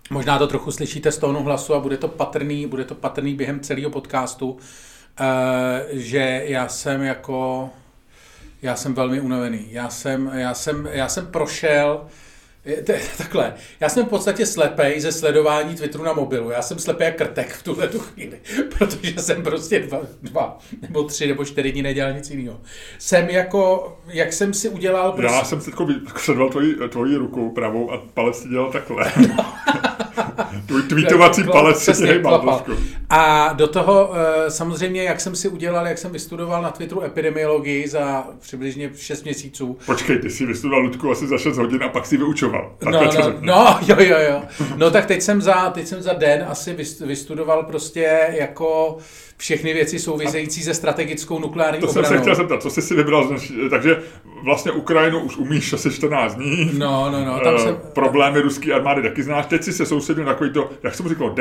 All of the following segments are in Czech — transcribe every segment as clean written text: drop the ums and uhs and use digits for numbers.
Možná to trochu slyšíte z tónu hlasu a bude to patrný během celého podcastu, že já jsem velmi unavený. Já jsem prošel takhle. Já jsem v podstatě slepej ze sledování Twitteru na mobilu. Já jsem slepej jak krtek v tuhletu chvíli, protože jsem prostě 2 nebo 3 nebo 4 dní nedělal nic jiného. Jsem jako, jak jsem si udělal... Prostě... Já jsem teď sledoval tvoji ruku pravou a palec si dělal takhle. Tvůj tweetovací palec se hejbal. A do toho samozřejmě, jak jsem vystudoval na Twitteru epidemiologii za přibližně 6 měsíců. Počkej, ty jsi vystudoval, Ludku, asi za 6 hodin a pak si vyučoval. Jo. No tak teď jsem za den asi vystudoval prostě jako všechny věci související se strategickou nukleární obranou. To jsem se chtěl zeptat, co jsi si vybral, takže vlastně Ukrajinu už umíš asi 14 dní. No, tam jsem... Problémy ruské armády taky znáš, teď si se soustředil na takový to, jak jsem říkal,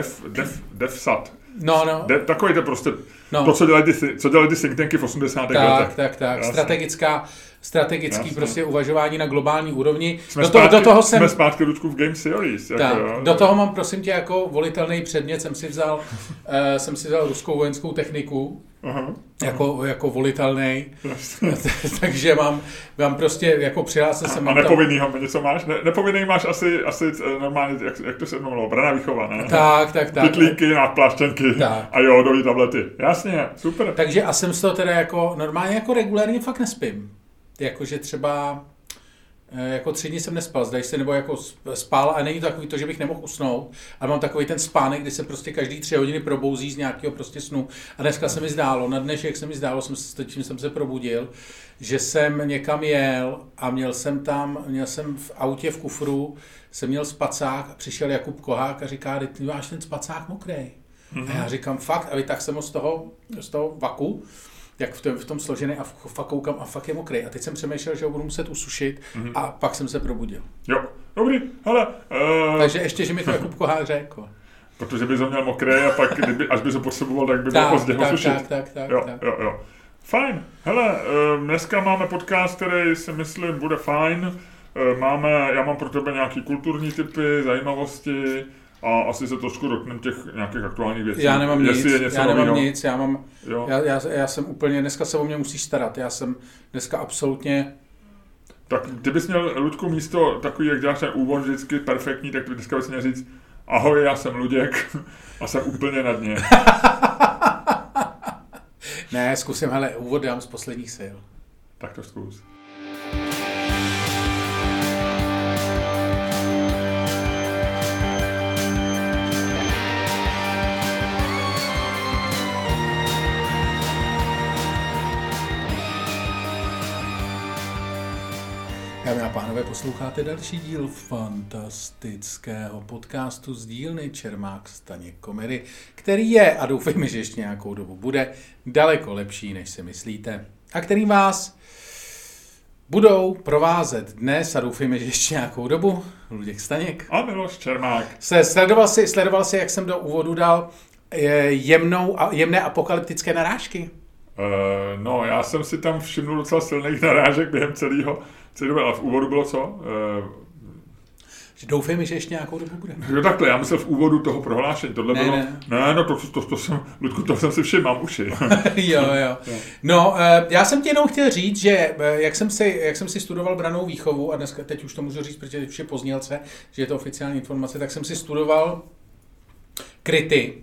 DevSat. No. Takový to prostě, to, co dělají ty think tanky v 80. letech. Tak. Strategický prostě uvažování na globální úrovni. Jsme zpátky, Ludku, v Game Theories. Do toho mám, prosím tě, jako volitelný předmět, jsem si vzal ruskou vojenskou techniku. Aha. Jako volitelný. Takže mám prostě, jako přihlásil jsem... A nepovinnýho něco máš? Nepovinný máš asi normálně, jak to se jmenovalo, branná výchova, ne? Tak. Pytlíky, nápláštěnky a jodové tablety. Jasně, super. Takže a jsem z toho teda jako normálně jako regulárně fakt nespím. Jakože třeba jako 3 dny jsem nespal, zdají se, nebo jako spál a není to takový to, že bych nemohl usnout, ale mám takový ten spánek, kdy se prostě každý 3 hodiny probouzí z nějakého prostě snu a dneska se mi zdálo, na dnešek se mi zdálo, tím jsem se probudil, že jsem někam jel a měl jsem v autě v kufru, jsem měl spacák a přišel Jakub Kohák a říká, ty máš ten spacák mokrej. A já říkám fakt a vytáhl jsem ho z toho vaku, jak v tom složený a fakt koukám a fakt je mokrý. A teď jsem přemýšlel, že ho budu muset usušit a pak jsem se probudil. Jo, dobrý, hele. Takže ještě, že mi to Jakub Kohák řekl. Protože bys ho měl mokrý a pak, až bys ho potřeboval, tak by bylo pozdě ho sušit. Tak. Jo. Fajn, hele, dneska máme podcast, který si myslím bude fajn. Já mám pro tebe nějaký kulturní tipy, zajímavosti, a asi se trošku dotkneme těch nějakých aktuálních věcí. Já nemám nic. Já jsem úplně, dneska se o mě musíš starat. Já jsem dneska absolutně... Tak kdybys měl, Ludku, místo takový, jak děláš ten úvod vždycky perfektní, tak dneska bys měl říct, ahoj, já jsem Luděk a jsem úplně na dně. Ne, zkusím, hele, úvod dám z posledních sil. Tak to zkus. Dámy a pánové, posloucháte další díl fantastického podcastu z dílny Čermák Staněk Komedy, který je, a doufejme, že ještě nějakou dobu bude, daleko lepší, než si myslíte. A který vás budou provázet dnes, a doufejme, že ještě nějakou dobu, Luděk Staněk. A Miloš Čermák. Sledoval si, jak jsem do úvodu dal jemné apokalyptické narážky? No, já jsem si tam všimnul docela silných narážek během celého, ale v úvodu bylo co? Doufejme, že ještě nějakou dobu bude. Jo, takhle, já myslel v úvodu toho prohlášení. Tohle bylo... Ne, no to jsem, Ludku, to jsem si všiml, mám uši. jo. No, já jsem ti jenom chtěl říct, že jak jsem si studoval brannou výchovu, a dneska, teď už to můžu říct, protože už je poznělce, že je to oficiální informace, tak jsem si studoval kryty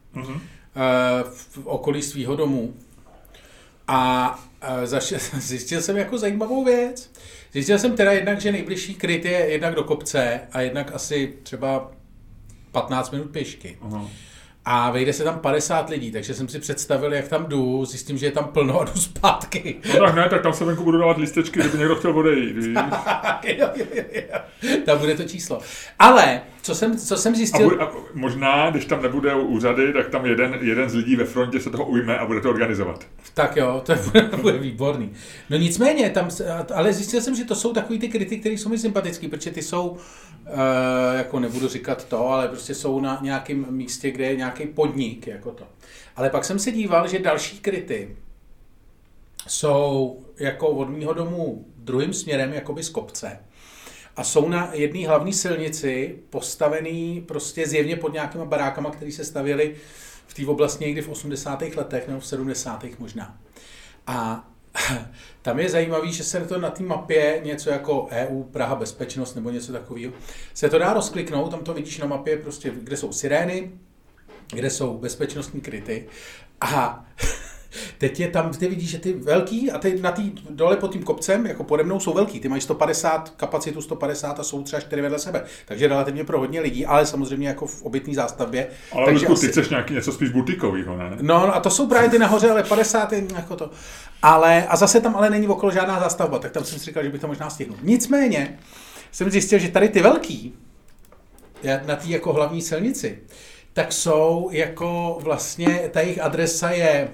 v okolí svýho domu. A zjistil jsem jako zajímavou věc. Zjistil jsem teda jednak, že nejbližší kryt je jednak do kopce a jednak asi třeba 15 minut pěšky. A vejde se tam 50 lidí, takže jsem si představil, jak tam jdu, zjistím, že je tam plno a jdu zpátky. No tak ne, tak tam se venku budu dávat lístečky, kdyby někdo chtěl odejít, víš? jo. Tam bude to číslo. Ale, co jsem zjistil... A možná, když tam nebude úřady, tak tam jeden z lidí ve frontě se toho ujme a bude to organizovat. Tak jo, to bude výborný. No nicméně, ale zjistil jsem, že to jsou takový ty kryty, které jsou mi sympatický, protože ty jsou, jako nebudu říkat to, ale prostě jsou na nějakém místě, kde je nějaký podnik, jako to. Ale pak jsem se díval, že další kryty jsou jako od mýho domu druhým směrem, jakoby z kopce. a jsou na jedné hlavní silnici postavený prostě zjevně pod nějakýma barákama, které se stavěly v té oblasti někdy v 80. letech nebo v 70. možná. A tam je zajímavý, že se to na té mapě něco jako EU, Praha, bezpečnost nebo něco takového, se to dá rozkliknout, tam to vidíš na mapě, prostě, kde jsou sirény, kde jsou bezpečnostní kryty a teď je tam, ty vidíš, že ty velký a ty na tý dole pod tím kopcem, jako pode mnou jsou velký, ty mají 150, kapacitu 150 a jsou třeba 4 vedle sebe, takže relativně pro hodně lidí, ale samozřejmě jako v obytné zástavbě. Ale takže Ludku, ty chceš nějaký něco spíš butikovýho, ne? No a to jsou právě ty nahoře, ale 50 je jako to. Ale, a zase tam ale není okolo žádná zástavba, tak tam jsem si říkal, že bych to možná stihnul. Nicméně jsem zjistil, že tady ty velký, na té jako hlavní silnici, tak jsou jako vlastně, ta jejich adresa je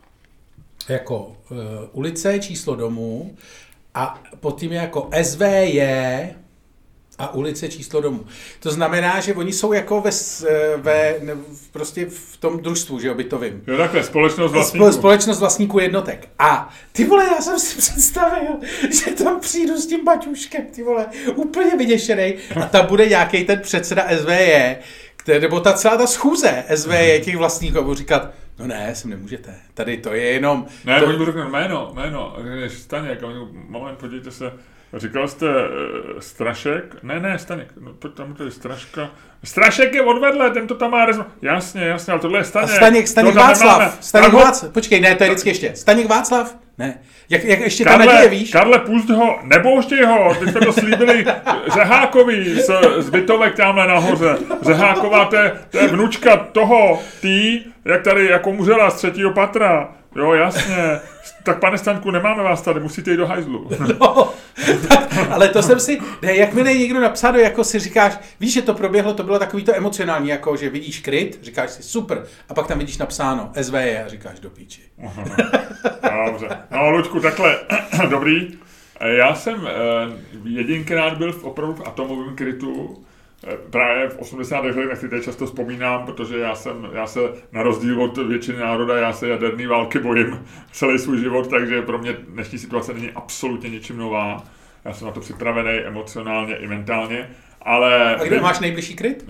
jako ulice, číslo domu a pod tím je jako SVJ a ulice, číslo domu. To znamená, že oni jsou jako prostě v tom družstvu, že jo, bytovým. Jo, takhle, společnost vlastníků jednotek. A ty vole, já jsem si představil, že tam přijdu s tím baťuškem, ty vole, úplně vyděšenej a tam bude nějaký ten předseda SVJ, nebo ta celá ta schůze SVJ těch vlastníků, budu říkat, no ne, sem nemůžete. Tady to je jenom... Ne, oni budou řeknout jméno, řekneš Staněk, a oni, moment, podívejte se, říkal jste Strašek? Ne, Staněk, no pojď tam, to je Straška. Strašek je odvedle, ten to tam má Jasně, ale tohle je Staněk. Staněk Václav. Staněk Václav. Počkej, ne, to je vždycky ještě. Staněk Václav? Ne. Jak ještě ta naděje, víš? Karle, pusť ho, nebouštěj ho, teď jsme to slíbili Řehákovi z bytovek tamhle nahoře. Řeháková, to je vnučka toho, jak tady jako umřela z 3. patra. Jo, jasně. Tak pane Staňku, nemáme vás tady, musíte jít do hajzlu. No, ale to jsem si, jakmile někdo napsal, jako si říkáš, víš, že to proběhlo, to bylo takový to emocionální, jako že vidíš kryt, říkáš si super, a pak tam vidíš napsáno SVJ a říkáš do píči. Dobře. No, Luďku, takhle, dobrý. Já jsem jedinkrát byl opravdu v atomovém krytu, právě v 80. letech, na který často vzpomínám, protože já se na rozdíl od většiny národa, já se jaderné války bojím celý svůj život, takže pro mě dnešní situace není absolutně ničím nová. Já jsem na to připravený emocionálně i mentálně, ale... A kde máš nejbližší kryt?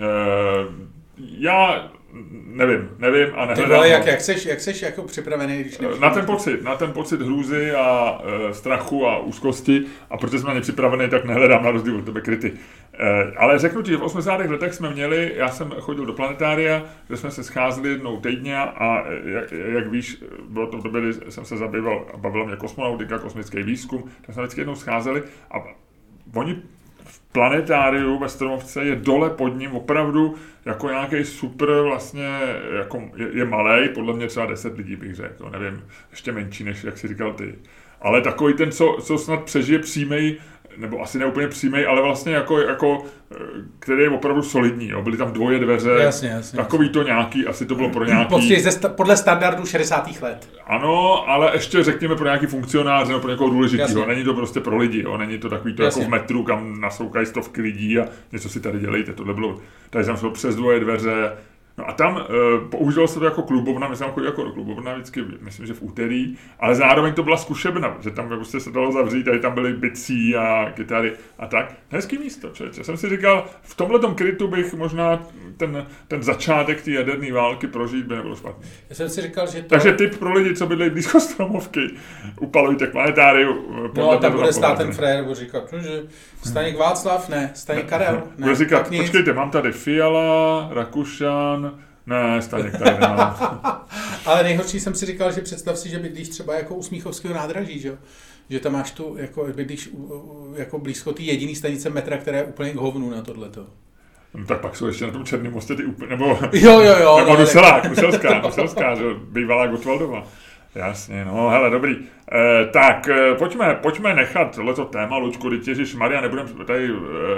Já nevím a nehledám. Ale jak seš jako připravený, když nevíš? Na ten pocit hrůzy a strachu a úzkosti, a protože jsem na ně připravený, tak nehledám na rozdíl od tebe kryty. Ale řeknu ti, že v 80. letech jsme měli, já jsem chodil do planetária, kde jsme se scházeli jednou týdně a jak víš, bylo to v době, kdy jsem se zabýval a bavila mě kosmonautika, kosmický výzkum, tak jsme vždycky jednou scházeli a oni v planetáriu ve Stromovce je dole pod ním opravdu jako nějaký super vlastně, jako je malej, podle mě třeba 10 lidí bych řekl, nevím, ještě menší, než jak jsi říkal ty. Ale takový ten, co snad přežije přímej, nebo asi neúplně přímej, ale vlastně jako který je opravdu solidní, jo. Byly tam dvoje dveře, jasně, takový to nějaký, asi to bylo pro nějaký... Podle standardu 60. let. Ano, ale ještě řekněme pro nějaký funkcionář nebo pro někoho důležitýho, není to prostě pro lidi, jo. Není to takový to jako v metru, kam nasoukají stovky lidí a něco si tady dělejte, tohle bylo, tady jsem šel přes dvoje dveře. No a tam použilo se to jako klubovna, my jsme chodili jako do klubovna vždycky, myslím, že v úterý, ale zároveň to byla zkušebna, že tam prostě se dalo zavřít, tady tam byly bicí a kytary a tak. Hezký místo, člověče. Jsem si říkal, v tomhletom krytu bych možná ten začátek té jaderné války prožít by nebylo špatný. Já jsem si říkal, že to... Takže tip pro lidi, co bydlejí blízko Stromovky, upalujte k planetáriu. No a tam bude stát ten frér, bude říkat, že Staněk Václav, ne, Staněk Karel, ne. Bude říkat, počkejte, mám tady Fiala, Rakušan, ne, Staněk tady nemám. Ale nejhorší jsem si říkal, že představ si, že bydlíš třeba jako u Smíchovského nádraží, že tam máš tu, jako bydlíš jako blízko té jediné stanice metra, která je úplně k hovnu na tohleto. No, tak pak jsou ještě na tom Černém mostě ty úplně, nebo no, Nuselská, že bývalá Gottwaldova. Jasně, no, hele, dobrý. Tak, pojďme nechat tohleto téma, Luďku, teď ježišmarja, nebudeme tady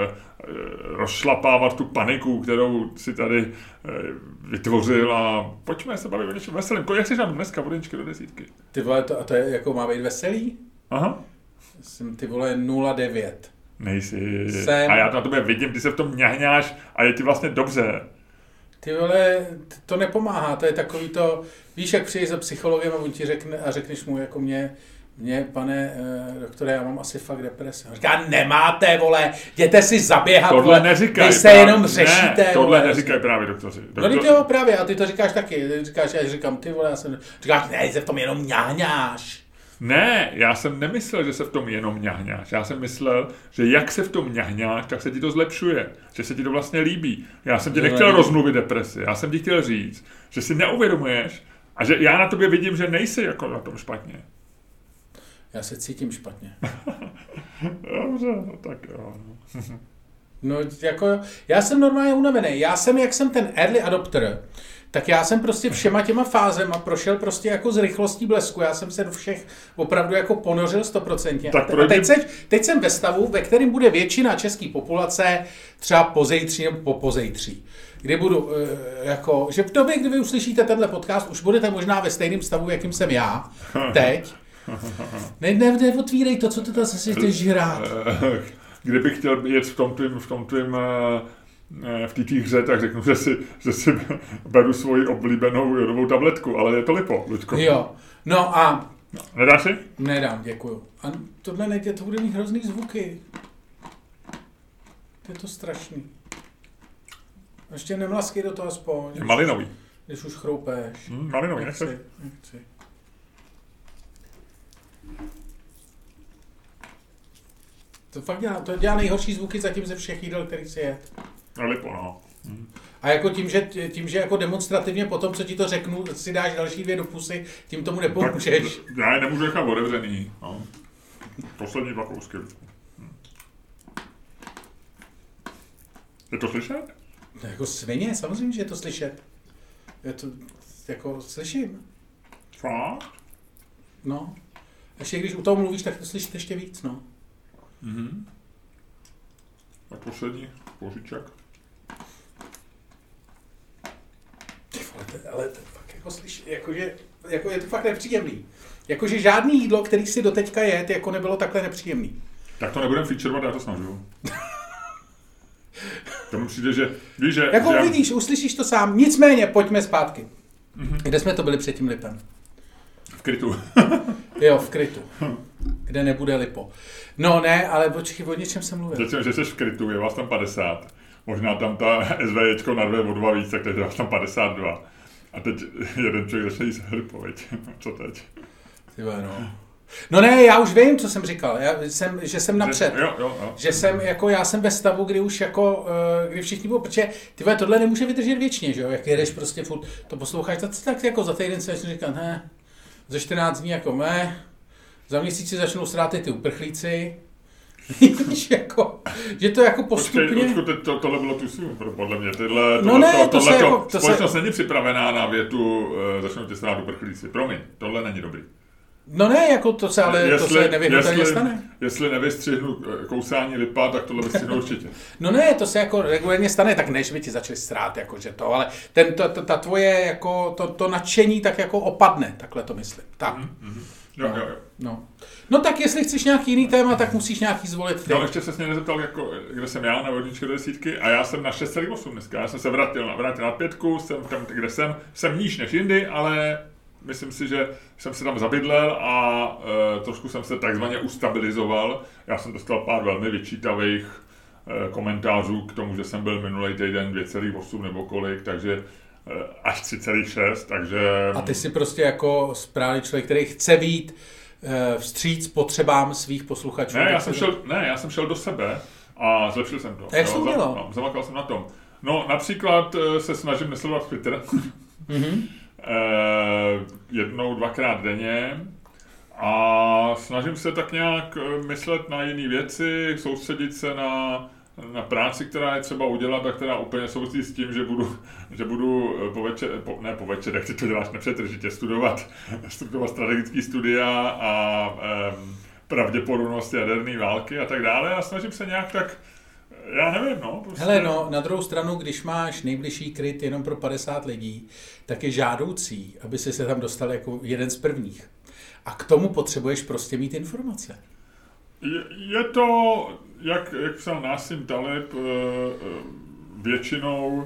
rozšlapávat tu paniku, kterou si tady vytvořil a pojďme se bavit o něčem veselým. Jak jsi tam dneska, vodničky do 10? Ty vole, to je jako má být veselý? Aha. Jsem ty vole 0,9. Nejsi. A já to na tobě vidím, ty se v tom ňahňáš a je ti vlastně dobře. Ty vole, to nepomáhá, to je takový to, víš, jak přijdeš za psychologem a on ti řekne a řekneš mu, jako mě Mě, pane doktore, já mám asi fakt depresi. On říká, nemáte, vole, jděte si zaběhat, tohle vole, neříkaj, vy se jenom řešíte. Ne, tohle neříkají právě doktoři. No teď jo, právě, a ty to říkáš taky. Ty říkáš, já říkám, ty vole, říkáš, ne, se v tom jenom ňahňáš. Ne, já jsem nemyslel, že se v tom jenom ňahňáš. Já jsem myslel, že jak se v tom ňahňáš, tak se ti to zlepšuje. Že se ti to vlastně líbí. Já jsem ti nechtěl rozmluvit depresi. Já jsem ti chtěl říct, že si neuvědomuješ a že já na tobě vidím, že nejsi jako na tom špatně. Já se cítím špatně. Dobře, no tak jo. No jako, já jsem normálně unavený. Já jsem, jak jsem ten early adopter, tak já jsem prostě všema těma fázema prošel prostě jako z rychlostí blesku. Já jsem se do všech opravdu jako ponořil 100%. A teď jsem ve stavu, ve kterém bude většina české populace třeba pozejtří nebo popozejtří. Kdy budu jako, že v době, kdy vy uslyšíte tenhle podcast, už budete možná ve stejném stavu, jakým jsem já teď. Neotvírej to, co ty tam zase chceš žrát. Kdybych chtěl jet v té hře, tak řeknu, že si beru svoji oblíbenou jodovou tabletku, ale je to lipo, Luďko. Jo, no a... No, nedáš si? Nedám, děkuju. A tohle nejde, to bude mít hrozný zvuky. To je to strašný. Ještě nemlaskej do toho aspoň. Je malinový. Když už chroupeš. Malinový, nechci. To fakt dělá nejhorší zvuky zatím ze všech jídel, který si je. Lipo, no. A jako tím, že jako demonstrativně po tom, co ti to řeknu, si dáš další 2 do pusy, tím tomu nepomůžeš. Tak já je nemůžu nechat otevřený. No. Poslední 2 kousky. Je to slyšet? No, jako svině, samozřejmě, že je to slyšet. Je to, jako slyším. Fakt? No. Ještě když u toho mluvíš, tak to slyšíte ještě víc, no. Mhm. Tak poslední kousíček. Ale to fakt jako slyší, jako je to fakt nepříjemný. Jakože žádný jídlo, který si doteďka jet, jako nebylo takhle nepříjemný. Tak to nebudem featurovat, já to snažu. To mi přijde, že víš, že... Jako že uvidíš, uslyšíš to sám, nicméně pojďme zpátky. Kde jsme to byli před tím lipem? V krytu. Jo, v krytu. Kde nebude lipo. No ne, ale počkej, o něčem jsem mluvil. Že jsi v krytu, je vás tam 50. Možná tam ta SVJčko na 2 o 2 víc, tak teď je vás tam 52. A teď jeden člověk začne jíst hrpo, co teď? Tyba, no. No ne, já už vím, co jsem říkal, že jsem napřed. Jo. Že jsem, jako já jsem ve stavu, kdy už jako, kdy všichni budou, protože tyhle, tohle nemůže vydržet věčně, že jo, jak jedeš prostě furt, to posloucháš, tak jako za týden se začne říkat, ne, za 14 dní jako ne, za měsíc si začnou ztrátit ty uprchlíci, víš, jako, že to jako postupně... Počkej, tohle bylo tu svůj, podle mě, společnost není připravená na větu, začnou tě strát uprchlíci, promiň, tohle není dobrý. No ne, jako to se nevyhnutelně stane. Jestli nevystřihnu kousání lipa, tak tohle vystřihnu určitě. No ne, to se jako regulérně stane, tak než by ti začali srát, jakože to, ale ta tvoje, jako, to nadšení tak jako opadne, takhle to myslím. Tak. Jo. No tak jestli chceš nějaký jiný téma, tak musíš nějaký zvolit ty. No ještě se mě nezeptal, jako, kde jsem já na vodničky do 10 a já jsem na 6,8 dneska. Já jsem se vrátil na 5, jsem tam, kde jsem níž než jindy, ale myslím si, že jsem se tam zabydlel a trošku jsem se takzvaně ustabilizoval. Já jsem dostal pár velmi vyčítavých komentářů k tomu, že jsem byl minulý týden 2,8 nebo kolik, takže až 3,6, takže... A ty jsi prostě jako správný člověk, který chce být vstříc potřebám svých posluchačů. Ne, já jsem šel do sebe a zlepšil jsem to. A jak jsem dělal? Zamakal jsem na tom. No, například se snažím nesledovat Twitter. Jednou, 2krát denně a snažím se tak nějak myslet na jiné věci, soustředit se na práci, která je třeba udělat a která úplně souvisí s tím, že budu po večerech, ty to děláš nepřetržitě, studovat strategické studia a pravděpodobnost jaderné války a tak dále a snažím se nějak tak, já nevím, no. Prostě... Hele, no, na druhou stranu, když máš nejbližší kryt jenom pro 50 lidí, tak je žádoucí, aby si se tam dostal jako jeden z prvních. A k tomu potřebuješ prostě mít informace. Je to, jak psal Nassim Taleb, většinou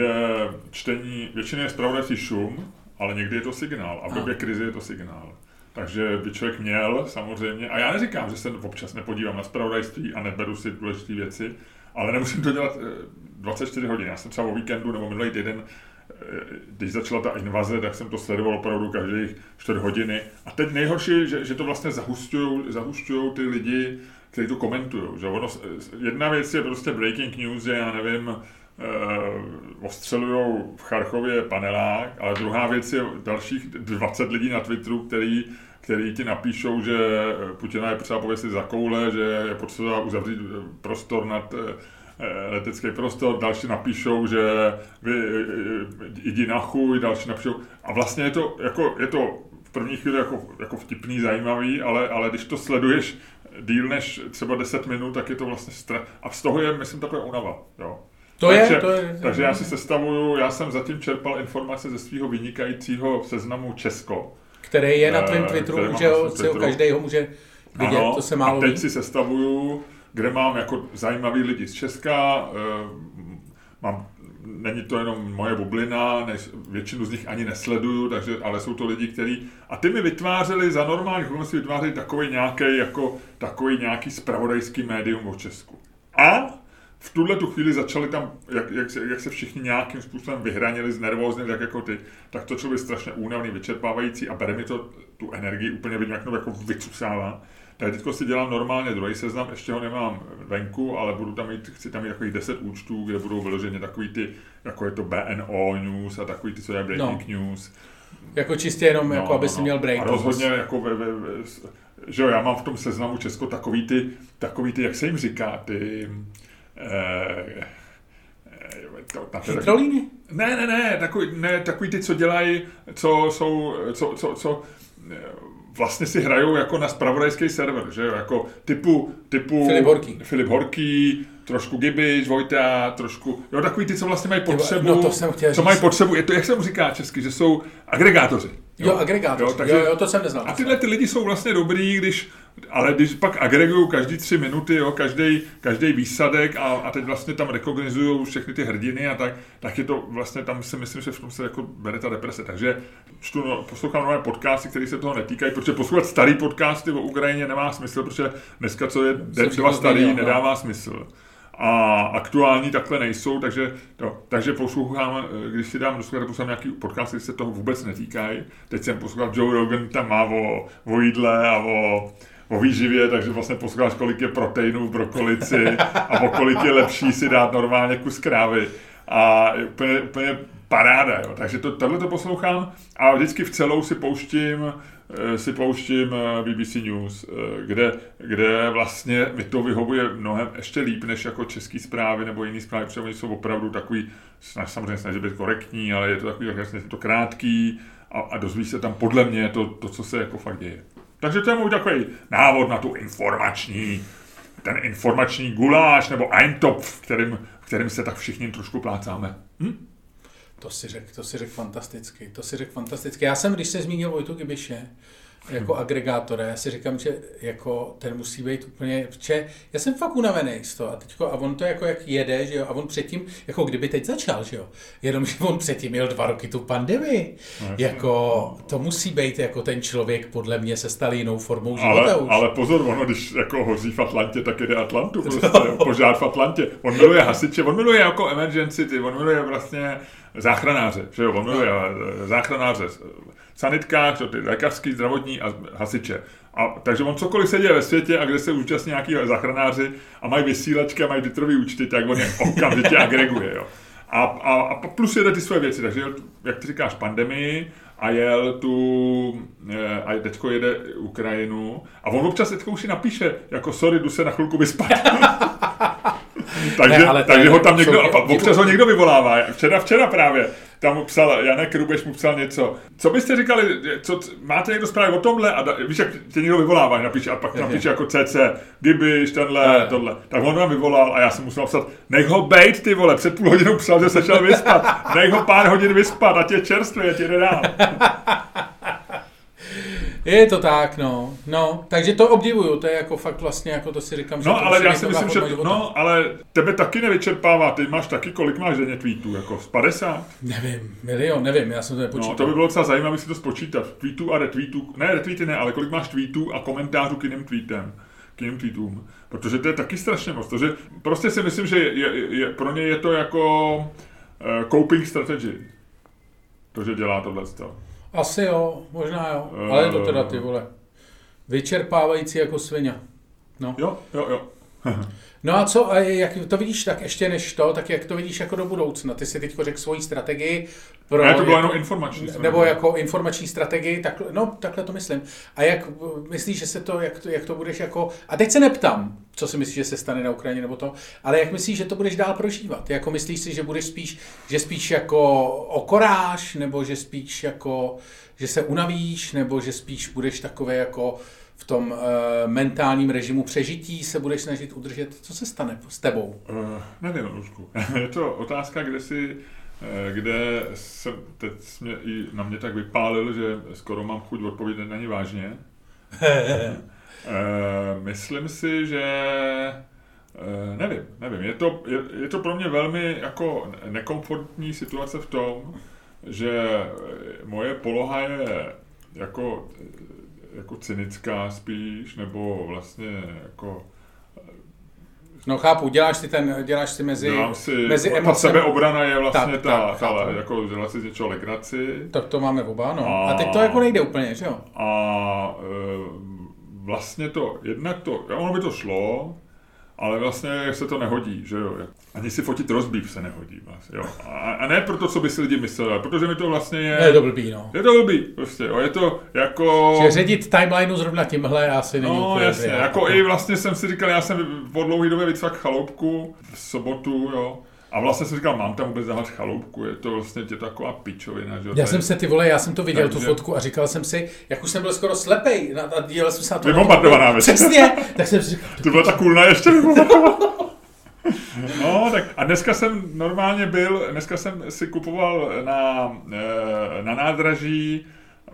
je zpravodajský šum, ale někdy je to signál a v době krize je to signál. Takže by člověk měl samozřejmě, a já neříkám, že se občas nepodívám na zpravodajství a neberu si důležité věci, ale nemusím to dělat 24 hodin. Já jsem třeba o víkendu nebo minulý týden, když začala ta invaze, tak jsem to sledoval opravdu každých 4 hodiny. A teď nejhorší, že to vlastně zahušťujou ty lidi, kteří to komentujou. Že ono, jedna věc je prostě breaking news, že já nevím, ostřelujou v Charchově panelák, ale druhá věc je dalších 20 lidí na Twitteru, který ti napíšou, že Putina je potřeba pověsit za koule, že je potřeba uzavřít prostor nad letecký prostor, další napíšou, že jdi na chuj, další napíšou. A vlastně je to v první chvíli jako vtipný, zajímavý, ale když to sleduješ díl než třeba 10 minut, tak je to vlastně strach. A z toho je, myslím, taková únava. Jo. Takže já si sestavuju, já jsem zatím čerpal informace ze svého vynikajícího seznamu Česko. Který je na tvém Twitteru, že každý ho může vidět, ano, to se málo a teď si sestavuju, kde mám jako zajímavý lidi z Česka, není to jenom moje bublina, většinu z nich ani nesleduju, ale jsou to lidi, kteří... A ty mi vytvářeli, za normálních okolností vytvářeli takový nějaký zpravodajský médium o Česku. A v tuhletu chvíli začali tam, jak se všichni nějakým způsobem vyhranili, znervóznili, tak jako ty, tak to člověk strašně únavný, vyčerpávající a bere mi to tu energii úplně, vidím, jak to jako vycusává. Tak teďko si dělám normálně druhý seznam, ještě ho nemám venku, ale chci tam mít takových 10 účtů, kde budou vyloženě takový ty, jako je to BNO News a takový ty, co je Breaking News. Jako čistě jenom, jako aby si měl break. A rozhodně, jako že jo, já mám v tom seznamu Česko takový ty, jak se jim říká, ty... Chytrolíny? Ne, takový ty, co dělají, co vlastně si hrajou jako na zpravodajský server, že jo, jako typu Filip Horký, trošku Gibiš, Vojta, trošku, jo, takový ty, co vlastně mají potřebu, mají potřebu, je to, jak se mu říká česky, že jsou agregátoři. Jo, agregátoři, jo, to jsem neznal. A tyhle ty lidi jsou vlastně dobrý, když pak agregují každý 3 minuty, jo, každý výsadek a teď vlastně tam rekognizují všechny ty hrdiny a tak je to vlastně, tam si myslím, že v tom se jako bere ta deprese. Takže poslouchám nové podcasty, které se toho netýkají, protože poslouchat starý podcasty o Ukrajině nemá smysl, protože dneska, co je den 2 starý, nedává smysl. A aktuální takhle nejsou, takže poslouchám, když si dám poslouchám nějaký podcast, který se toho vůbec netýkají. Teď jsem poslouchal Joe Rogan, tam má o jídle a o výživě, takže vlastně posloucháš, kolik je proteinů v brokolici a o kolik je lepší si dát normálně kus krávy. A úplně paráda, jo. Takže tohle to poslouchám a vždycky v celou si pouštím BBC News, kde vlastně mi to vyhovuje mnohem ještě líp, než jako české zprávy nebo jiné zprávy, protože oni jsou opravdu takový, samozřejmě snaží být korektní, ale je to takový, je to krátký a dozví se tam podle mě to, co se jako fakt děje. Takže to je můj takový návod na tu ten informační guláš nebo Eintopf, v kterým se tak všichni trošku plácáme. To si řekl fantasticky. Já jsem, když se zmínil Vojtu Gibiše, jako agregátora, já si říkám, že jako ten musí být úplně, já jsem fakt unavený z toho a on to jako jak jede, že jo, a on předtím, jako kdyby teď začal, že jo, jenomže on předtím měl 2 roky tu pandemii, jako to musí být jako ten člověk, podle mě se stal jinou formou života už. Ale pozor, ono, když jako hoří v Atlantě, tak jede Atlantu, prostě, požár v Atlantě, on miluje hasiče, on miluje jako emergency, on miluje vlastně záchranáře, že jo, on miluje záchranáře, sanitkář, ty lékařský, zdravotní a hasiče. Takže on cokoliv se děje ve světě a kde se účastní nějaký záchranáři a mají vysílačky a mají twitterový účty, tak on je okamžitě agreguje. Jo. A plus jede ty své věci, takže jak ty říkáš, pandemii a teďko jede Ukrajinu a on občas teďko už si napíše, jako sorry, jdu se na chvilku vyspat. takže ho tam někdo, občas ho někdo vyvolává. Včera právě. Tam mu psal, Janek Rubeš mu psal něco. Co byste říkali, máte někdo zprávy o tomhle? A víš, jak tě někdo vyvolává, napíše, a pak napíše jako CC, Gibiš, tohle. Tak on vám vyvolal a já jsem musel psat, nech ho bejt, ty vole, před půl hodinou psal, že se šel vyspat. Nech ho pár hodin vyspat, ať je čerstvý, ať jde dál. Je to tak, no, takže to obdivuju, to je jako fakt vlastně, jako to si říkám, že no, ale já si myslím, že, ale tebe taky nevyčerpává, ty máš taky, kolik máš denně tweetů, jako z 50? Nevím, milion, nevím, já jsem to nepočítal. No, to by bylo docela zajímavé si to spočítat, tweetů a retweetů, ne retweety ne, ale kolik máš tweetů a komentářů k jiným tweetům, protože to je taky strašně moc, protože prostě si myslím, že pro ně je to jako coping strategy, to, že dělá tohle. Asi jo, možná jo, ale je to teda ty vole, vyčerpávající jako svině. No. Jo. No a co, a jak to vidíš tak ještě než to, tak jak to vidíš jako do budoucna? Ty si teď řekl svoji strategii. Ne, to bylo jenom informační. Nebo jako informační strategii, takhle to myslím. A jak myslíš, že se to, jak to budeš jako, a teď se neptám, co si myslíš, že se stane na Ukrajině nebo to, ale jak myslíš, že to budeš dál prožívat? Jako myslíš si, že budeš spíš jako okoráš, nebo že spíš jako, že se unavíš, nebo že spíš budeš takové jako v tom mentálním režimu přežití se budeš snažit udržet? Co se stane s tebou? Nevím, Lužku. Je to otázka, kde jsem teď i na mě tak vypálil, že skoro mám chuť odpovědět na ní vážně. Myslím si, že nevím. Je to pro mě velmi jako nekomfortní situace v tom, že moje poloha je jako cynická spíš, nebo vlastně jako... No chápu, děláš si mezi emocemi. Ta sebeobrana je vlastně ta jako dělat si z něčeho legraci. Tak to máme oba, no. A teď to jako nejde úplně, že jo? A vlastně ono by to šlo, ale vlastně se to nehodí, že jo. Ani si fotit rozbív se nehodí vlastně, jo. A ne proto, co by si lidi mysleli, protože mi to vlastně je... Je to blbý, no. Je to blbý, prostě, jo. Je to jako... Že ředit timelineu zrovna tímhle asi není úplně... No jasně, jako i vlastně jsem si říkal, já jsem po dlouhé době vycvak chaloupku v sobotu, jo. A vlastně jsem říkal, mám tam vůbec dávat chaloupku, je to vlastně taková pičovina, že jo. Já jsem to viděl, tu fotku, a říkal jsem si, jak už jsem byl skoro slepej, a díval jsem se na to. Vybombardovaná věc. Přesně, tak jsem si říkal. To byla ta kulna ještě vybombardovaná. No, tak a dneska jsem si kupoval na nádraží,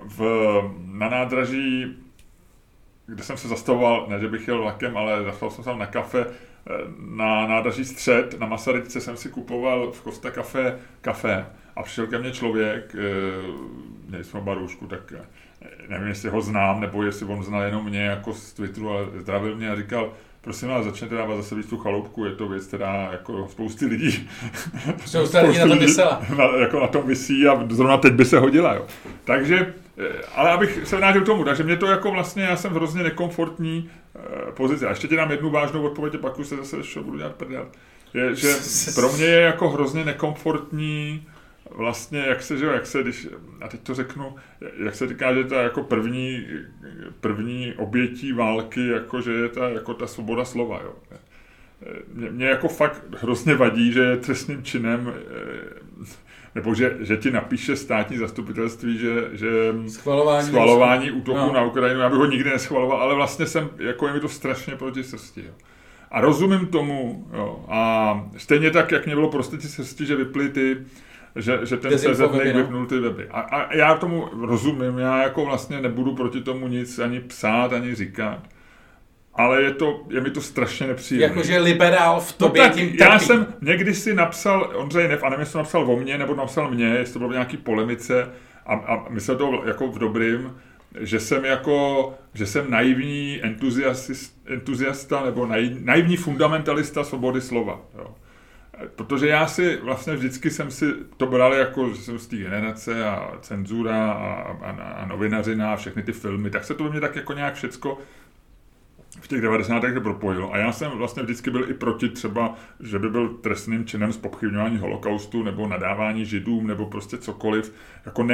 kde jsem se zastavoval, ne, že bych jel vlakem, ale zastavoval jsem se tam na kafe, na nádraží Střed, na Masaryce jsem si kupoval v Costa kafe a přišel ke mně člověk, měli jsme baroušku, tak nevím, jestli ho znám, nebo jestli on znal jenom mě jako z Twitteru, ale zdravil mě a říkal, prosím vás, začněte dávat zase víc tu chaloupku, je to věc, která jako spousty lidí na tom vysela. Jako na tom visí a zrovna teď by se hodila, jo. Takže, ale abych se vrátil k tomu, takže mě to jako vlastně, já jsem v hrozně nekomfortní pozici. A ještě ti dám jednu vážnou odpověď, pak už se zase budu dělat prdel. Je, že pro mě je jako hrozně nekomfortní vlastně, a teď to řeknu, jak se říká, že to je jako první obětí války, jako že je ta svoboda slova, jo. Mě jako fakt hrozně vadí, že je trestným činem, nebo že ti napíše státní zastupitelství, že schvalování útoku na Ukrajinu, já bych ho nikdy neschvaloval, ale vlastně je mi to strašně proti srsti, jo. A rozumím tomu, jo. A stejně tak, jak mě bylo prostě ti srsti, že vyply že ten CZ vypnul ty weby. A já tomu rozumím, já jako vlastně nebudu proti tomu nic ani psát, ani říkat. Ale je mi to strašně nepříjemné. Jakože liberál v tobě tím trpí. Já jsem někdy si napsal Ondřej Neff, a nevím, jestli to napsal o mně, nebo napsal mě, jestli to bylo v nějaký polemice, a myslel to jako v dobrým, že jsem naivní entuziasta nebo naivní fundamentalista svobody slova. Jo. Protože já si vlastně vždycky jsem si to bral jako, že jsem z té generace a cenzura a novinařina a všechny ty filmy, tak se to ve mně tak jako nějak všecko v těch 90. propojilo. A já jsem vlastně vždycky byl i proti třeba, že by byl trestným činem zpochybňování holokaustu nebo nadávání židům nebo prostě cokoliv. Jako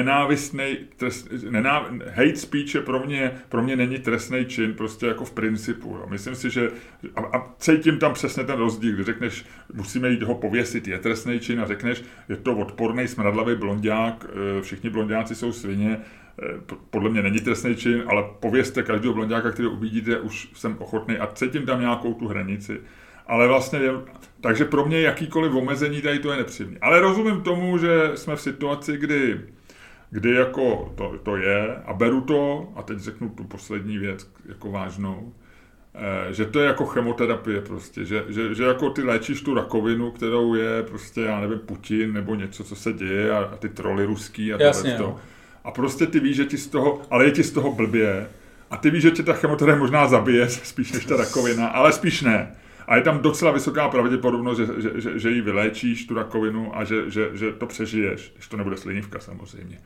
hate speech je pro mě není trestný čin, prostě jako v principu. Jo. Myslím si, že a cítím tam přesně ten rozdíl, kdy řekneš, musíme jít ho pověsit, je trestný čin, a řekneš, je to odporný smradlavý blonďák, všichni blonďáci jsou svině. Podle mě není trestný čin, ale povězte každého blonďáka, který uvidíte, už jsem ochotný a cítím tam nějakou tu hranici. Ale vlastně, takže pro mě jakýkoliv omezení tady to je nepříjemné. Ale rozumím tomu, že jsme v situaci, kdy kdy jako to je a beru to, a teď řeknu tu poslední věc jako vážnou, že to je jako chemoterapie prostě, že jako ty léčíš tu rakovinu, kterou je prostě, já nevím, Putin nebo něco, co se děje a ty troly ruský a to. A prostě ty víš, že ti z toho, ale je ti z toho blbě a ty víš, že tě ta chemoterapie možná zabije spíš než ta rakovina, ale spíš ne. A je tam docela vysoká pravděpodobnost, že ji vyléčíš, tu rakovinu, a že to přežiješ, když to nebude slinivka samozřejmě.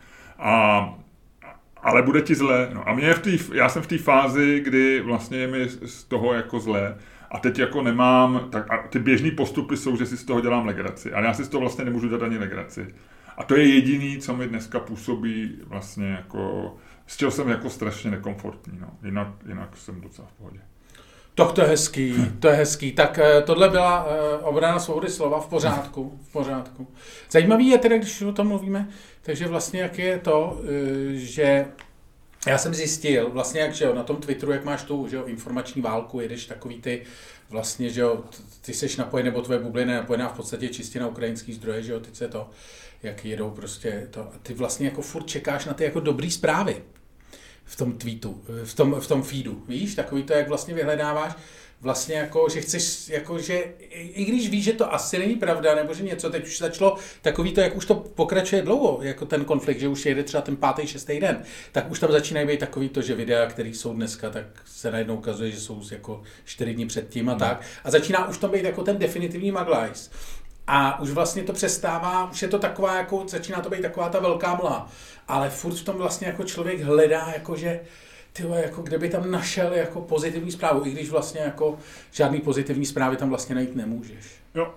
Ale bude ti zle. No a já jsem v té fázi, kdy vlastně je mi z toho jako zle a teď jako nemám, a ty běžný postupy jsou, že si z toho dělám legraci, ale já si z toho vlastně nemůžu dát ani legraci. A to je jediný, co mi dneska působí vlastně jako, z čeho jsem jako strašně nekomfortní, no. Jinak jsem docela v pohodě. Tak to je hezký. Tak tohle byla obrana svobody slova, v pořádku. Zajímavý je teda, když o tom mluvíme, takže vlastně jak je to, že já jsem zjistil, vlastně jak, že jo, na tom Twitteru, jak máš tu, že jo, informační válku, jedeš takový ty, vlastně, že jo, ty seš napojený, nebo tvoje bublina je napojená v podstatě čistě na ukrajinský zdroje, že jo, teď se to, jak jedou prostě to, a ty vlastně jako furt čekáš na ty jako dobrý zprávy. V tom tweetu, v tom feedu, víš, takový to, jak vlastně vyhledáváš, vlastně jako, že chceš, jako, že i když víš, že to asi není pravda, nebo že něco, teď už začalo takový to, jak už to pokračuje dlouho, jako ten konflikt, že už jede třeba ten 5., 6. den, tak už tam začínají být takový to, že videa, které jsou dneska, tak se najednou ukazuje, že jsou jako 4 dny předtím a tak, a začíná už tam být jako ten definitivní maglajs. A už vlastně to přestává, už je to taková, jako, začíná to být taková ta velká mlha. Ale furt v tom vlastně jako člověk hledá, jakože, tyhle, jako kde by tam našel jako pozitivní zprávu, i když vlastně jako žádný pozitivní zprávy tam vlastně najít nemůžeš. Jo.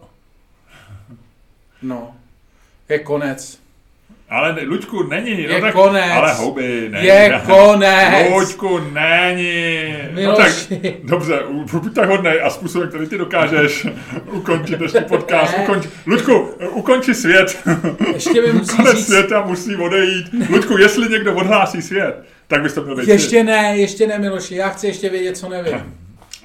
No, je konec. Ale Luďku, není. Je tak, konec. Ale houby, není. Je konec. Luďku, není. No tak, dobře, buď tak hodnej a způsobem, který ty dokážeš ukončit dnešní podcast. Luďku, ukonči svět. Ještě mi musí konec říct. Světa musí odejít. Luďku, jestli někdo odhlásí svět, tak bys to měl vědět. Ještě ne, Miloši, já chci ještě vědět, co nevím.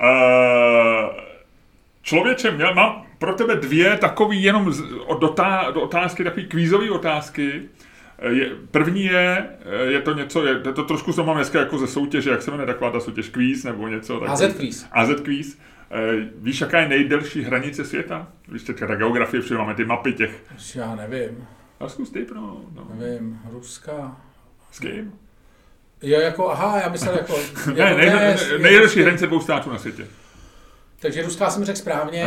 Člověče, mám pro tebe 2 takový jenom do otázky, takový kvízový otázky. První je to něco, je to trošku to mám dneska jako ze soutěže, jak se jmenuje taková ta soutěž kvíz nebo něco. AZ kvíz. Víš, jaká je nejdelší hranice světa? Víš, teďka ta geografie, protože máme ty mapy těch. Já nevím. A zkus typ, no. Nevím, Ruska. S kým? Jo, jako, aha, já myslel jako... nejdelší hranice 2 států na světě. Takže Ruská jsem řekl správně.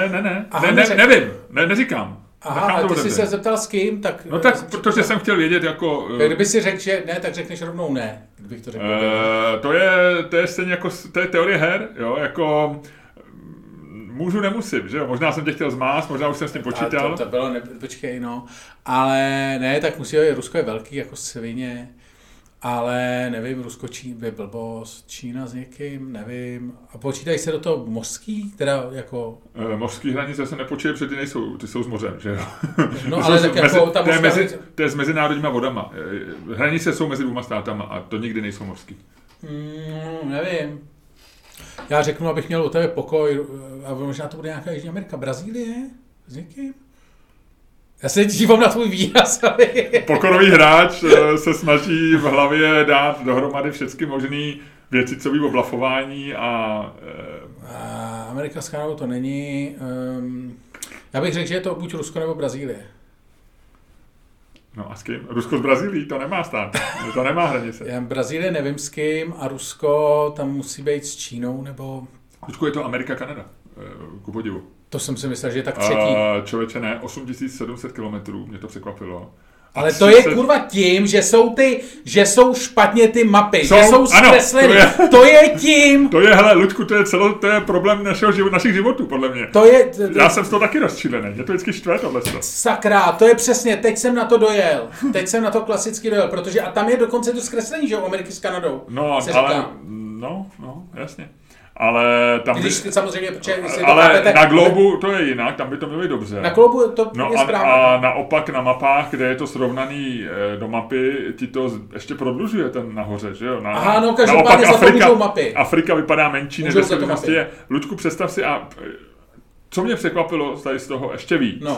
Nevím, neříkám. Aha, ale ty jsi se zeptal s kým, tak... No tak, protože jsem chtěl vědět jako... Kdyby si řekl, že ne, tak řekneš rovnou ne, kdybych to řekl. To je stejně jako, to je teorie her, jo, jako... Můžu, nemusím, že jo, možná jsem tě chtěl zmást, možná už jsem s tím počítal. To bylo, počkej, no. Ale ne, tak Rusko je velký, jako svině. Ale nevím, Rusko, by blbost, Čína s někým, nevím. A počítají se do toho mořský, teda jako... Mořský hranice se nepočítají, protože ty jsou s mořem, že jo? No ale tak jako ta mořská... To je s mezinárodníma vodama. Hranice jsou mezi 2 státama a to nikdy nejsou mořský. Nevím. Já řeknu, abych měl o tebe pokoj, a možná to bude nějaká Jižní Amerika, Brazílie s někým? Já se dívám na tvůj výraz, aby... Pokorový hráč se snaží v hlavě dát dohromady všechny možné věci, co ví o blafování a... Amerika s Kanadou to není. Já bych řekl, že je to buď Rusko nebo Brazílie. No a s kým? Rusko s Brazílií, to nemá stát. To nemá hranice. Já Brazílie nevím s kým a Rusko tam musí být s Čínou nebo... Rusko je to Amerika, Kanada, ku podivu. To jsem si myslel, že je tak třetí. Člověče, ne, 8700 kilometrů, mě to překvapilo. Ale to je kurva tím, že jsou špatně ty mapy, že jsou zkresleny. To je tím. To je, hele, Luďku, to je problém našich životů, podle mě. Já jsem z toho taky rozčílený, mě to vždycky štve tohle. Sakra, to je přesně, teď jsem na to dojel. Teď jsem na to klasicky dojel, protože a tam je dokonce to zkreslení, že jo, Ameriky s Kanadou. No, ale, jasně. Ale tam když samozřejmě, ale na Globu to je jinak, tam by to mělo být dobře. Na Globu to je správně. A naopak na mapách, kde je to srovnaný do mapy, ti to ještě prodlužuje ten nahoře, že jo? Aha, no každopádně za to můžou mapy. Afrika vypadá menší, než je. Luďku, představ si, a co mě překvapilo tady z toho ještě víc,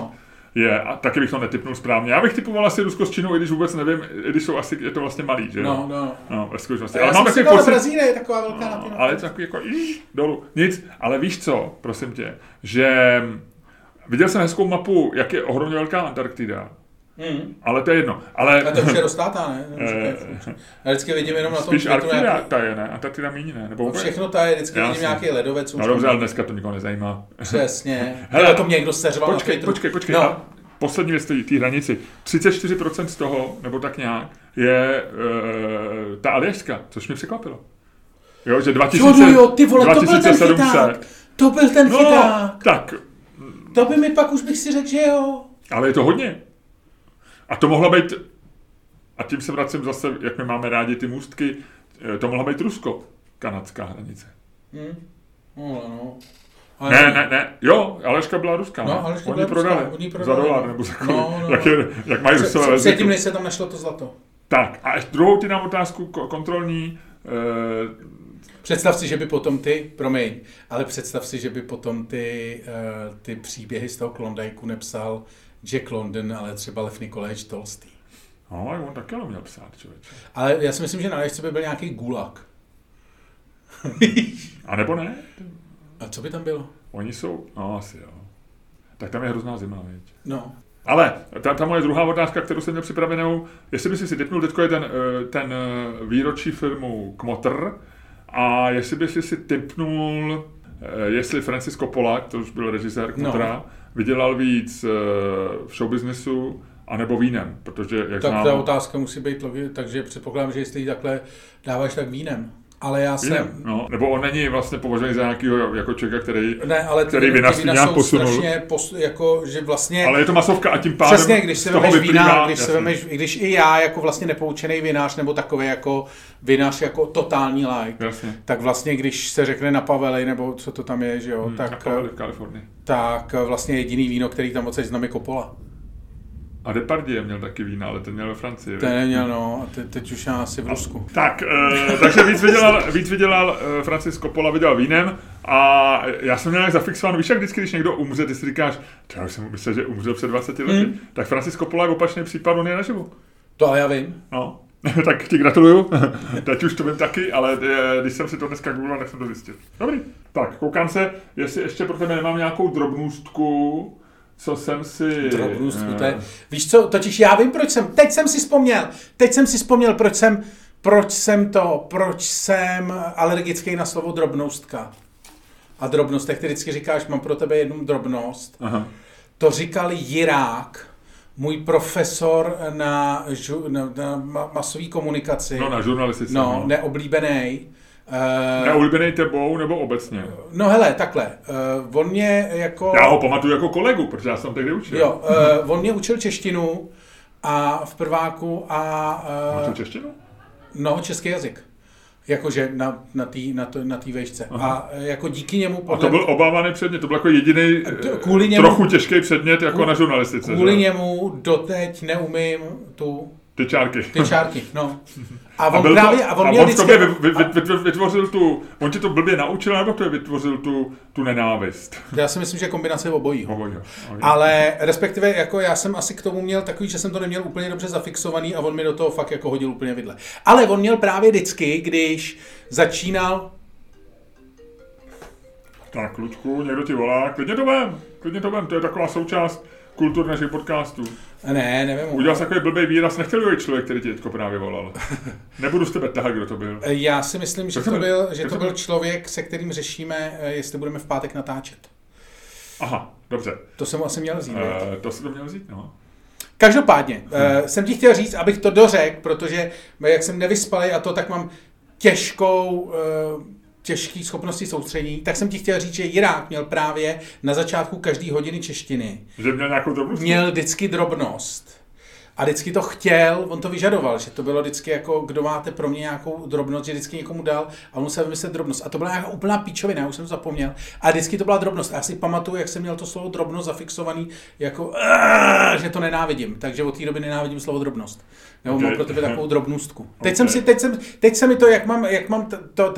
a taky bych to netipnul správně. Já bych typoval asi Rusko s Čínou, i když vůbec nevím, i když je to vlastně malý, že jo? No, ve skutečnosti. Ale mám takový pocit, Brazílie je taková velká na ale to takový jako dolů. Nic, ale víš co, prosím tě, že viděl jsem hezkou mapu, jak je ohromně velká Antarktida. Ale to je jedno. Ale to už je roztátá, ne? Já vždycky vidím jenom na tom spíš Arktida ta je, ne? Antarktida míň, ne? Nebo všechno ta je, vždycky vidím nějaký ledovec. No dobře, ale dneska to nikoho nezajímá. Přesně. Hele, to mě někdo seřval na Twitteru. Počkej. No. Poslední věc té hranici. 34% z toho, nebo tak nějak, je ta Aljaška, což mě překvapilo. Jo, že 2700. To byl ten chyták. Tak. To by mi pak už bych si řekl, že jo. Ale je to hodně. A to mohla být, a tím se vracím zase, jak my máme rádi ty můstky, to mohla být Rusko-kanadská hranice. No. Ne, jo, Aljaška byla ruská. No, Aljaška oni prodali za $1 nebo za kolik, jak mají Rusové ve zvyku. Předtím, než se tam našlo to zlato. Tak, a druhou ti dám otázku kontrolní. Představ si, že by potom představ si, že by potom ty příběhy z toho Klondajku nepsal Jack London, ale třeba Lev Nikolajevič Tolstý. No, on taky měl psát, člověče. Ale já si myslím, že na Aljašce by byl nějaký gulag. A nebo ne? A co by tam bylo? Oni jsou, no asi jo. Tak tam je hrozná zima, viď? No. Ale ta moje druhá otázka, kterou jsem měl připravenou, jestli by si tipnul, teďko je ten výročí filmu Kmotr, a jestli by si tipnul, jestli Francis Coppola, to už byl režisér Kmotra, vydělal víc v showbiznesu, anebo vínem, protože jak tak ta otázka musí být, takže předpokládám, že jestli ji takhle dáváš, tak vínem. Ale já jsem... No, nebo on není vlastně považovaný za nějakého jako člověka, který vinařství nějak posunul. Jako, že vlastně... Ale je to masovka a tím pádem přesně, když se vemeš vína, když i já jako vlastně nepoučený vinař, nebo takový jako vinař jako totální like, tak vlastně když se řekne na Paveli, nebo co to tam je, že jo, tak... v Kalifornii. Tak vlastně jediný víno, který tam odsaď znám, je Coppola. A Depardieu měl taky vína, ale ten měl ve Francii. Ten neměl, no, a teď už já asi v Rusku. Tak, takže víc vydělal Francis Coppola, vydělal vínem a já jsem nějak zafixovan, víš, jak vždycky, když někdo umře, ty si říkáš, já jsem myslel, že umřel před 20 lety, tak Francis Coppola je opačný případ, on je naživu. To ale já vím. No, tak ti gratuluju, teď už to vím taky, ale když jsem si to dneska googlil, tak jsem to zjistil. Dobrý, tak koukám se, jestli ještě pro tebe nemám nějakou drobnůstku, co jsem si... Drobnůstku, to je... Víš co, totiž já vím, proč jsem... Teď jsem si vzpomněl, proč jsem alergický na slovo drobnostka. A drobnost, tak ty vždycky říkáš, mám pro tebe jednu drobnost. Aha. To říkal Jirák, můj profesor na masové komunikaci. No, na žurnalistice. No, neoblíbený. Neoblíbený tebou nebo obecně? No hele, takhle. On mě jako... Já ho pamatuju jako kolegu, protože já jsem tehdy učil. Jo, on mě učil češtinu a v prváku a... Učil češtinu? No, český jazyk. Jakože na té vejšce. Aha. A jako díky němu... A to byl obávaný předmět, to byl jako jediný trochu těžký předmět jako na žurnalistice. Kvůli němu doteď neumím Ty čárky, no. A on měl vždycky... vytvořil on ti to blbě naučil, nebo to vytvořil tu nenávist? Já si myslím, že kombinace obojího. Okay. Ale respektive jako já jsem asi k tomu měl takový, že jsem to neměl úplně dobře zafixovaný a on mi do toho fakt jako hodil úplně vidle. Ale on měl právě vždycky, když začínal... Tak, Lučku, někdo ti volá, klidně to vem, to je taková součást kultur našich podcastů. Ne, nevím. Udělal jsi takový blbej výraz, nechtěl být člověk, který ti teďko právě volal. Nebudu z tebe tahat, kdo to byl. Já si myslím, že to byl člověk, se kterým řešíme, jestli budeme v pátek natáčet. Aha, dobře. To jsem asi měl vzít. To jsem to měl vzít, no. Každopádně, jsem ti chtěl říct, abych to dořekl, protože jak jsem nevyspalej a to, tak mám těžký schopnosti soustředění, tak jsem ti chtěl říct, že Jirák měl právě na začátku každé hodiny češtiny. Že měl nějakou drobnost? Měl vždycky drobnost. A vždycky to chtěl, on to vyžadoval, že to bylo vždycky jako, kdo máte pro mě nějakou drobnost, že vždycky někomu dal a on musel vymyslet drobnost. A to byla nějaká úplná píčovina, já už jsem to zapomněl. A vždycky to byla drobnost. A já si pamatuju, jak jsem měl to slovo drobnost zafixovaný, jako, že to nenávidím. Takže od té doby nenávidím slovo drobnost. Nebo mám pro tebe takovou drobnůstku. Teď se mi to, jak mám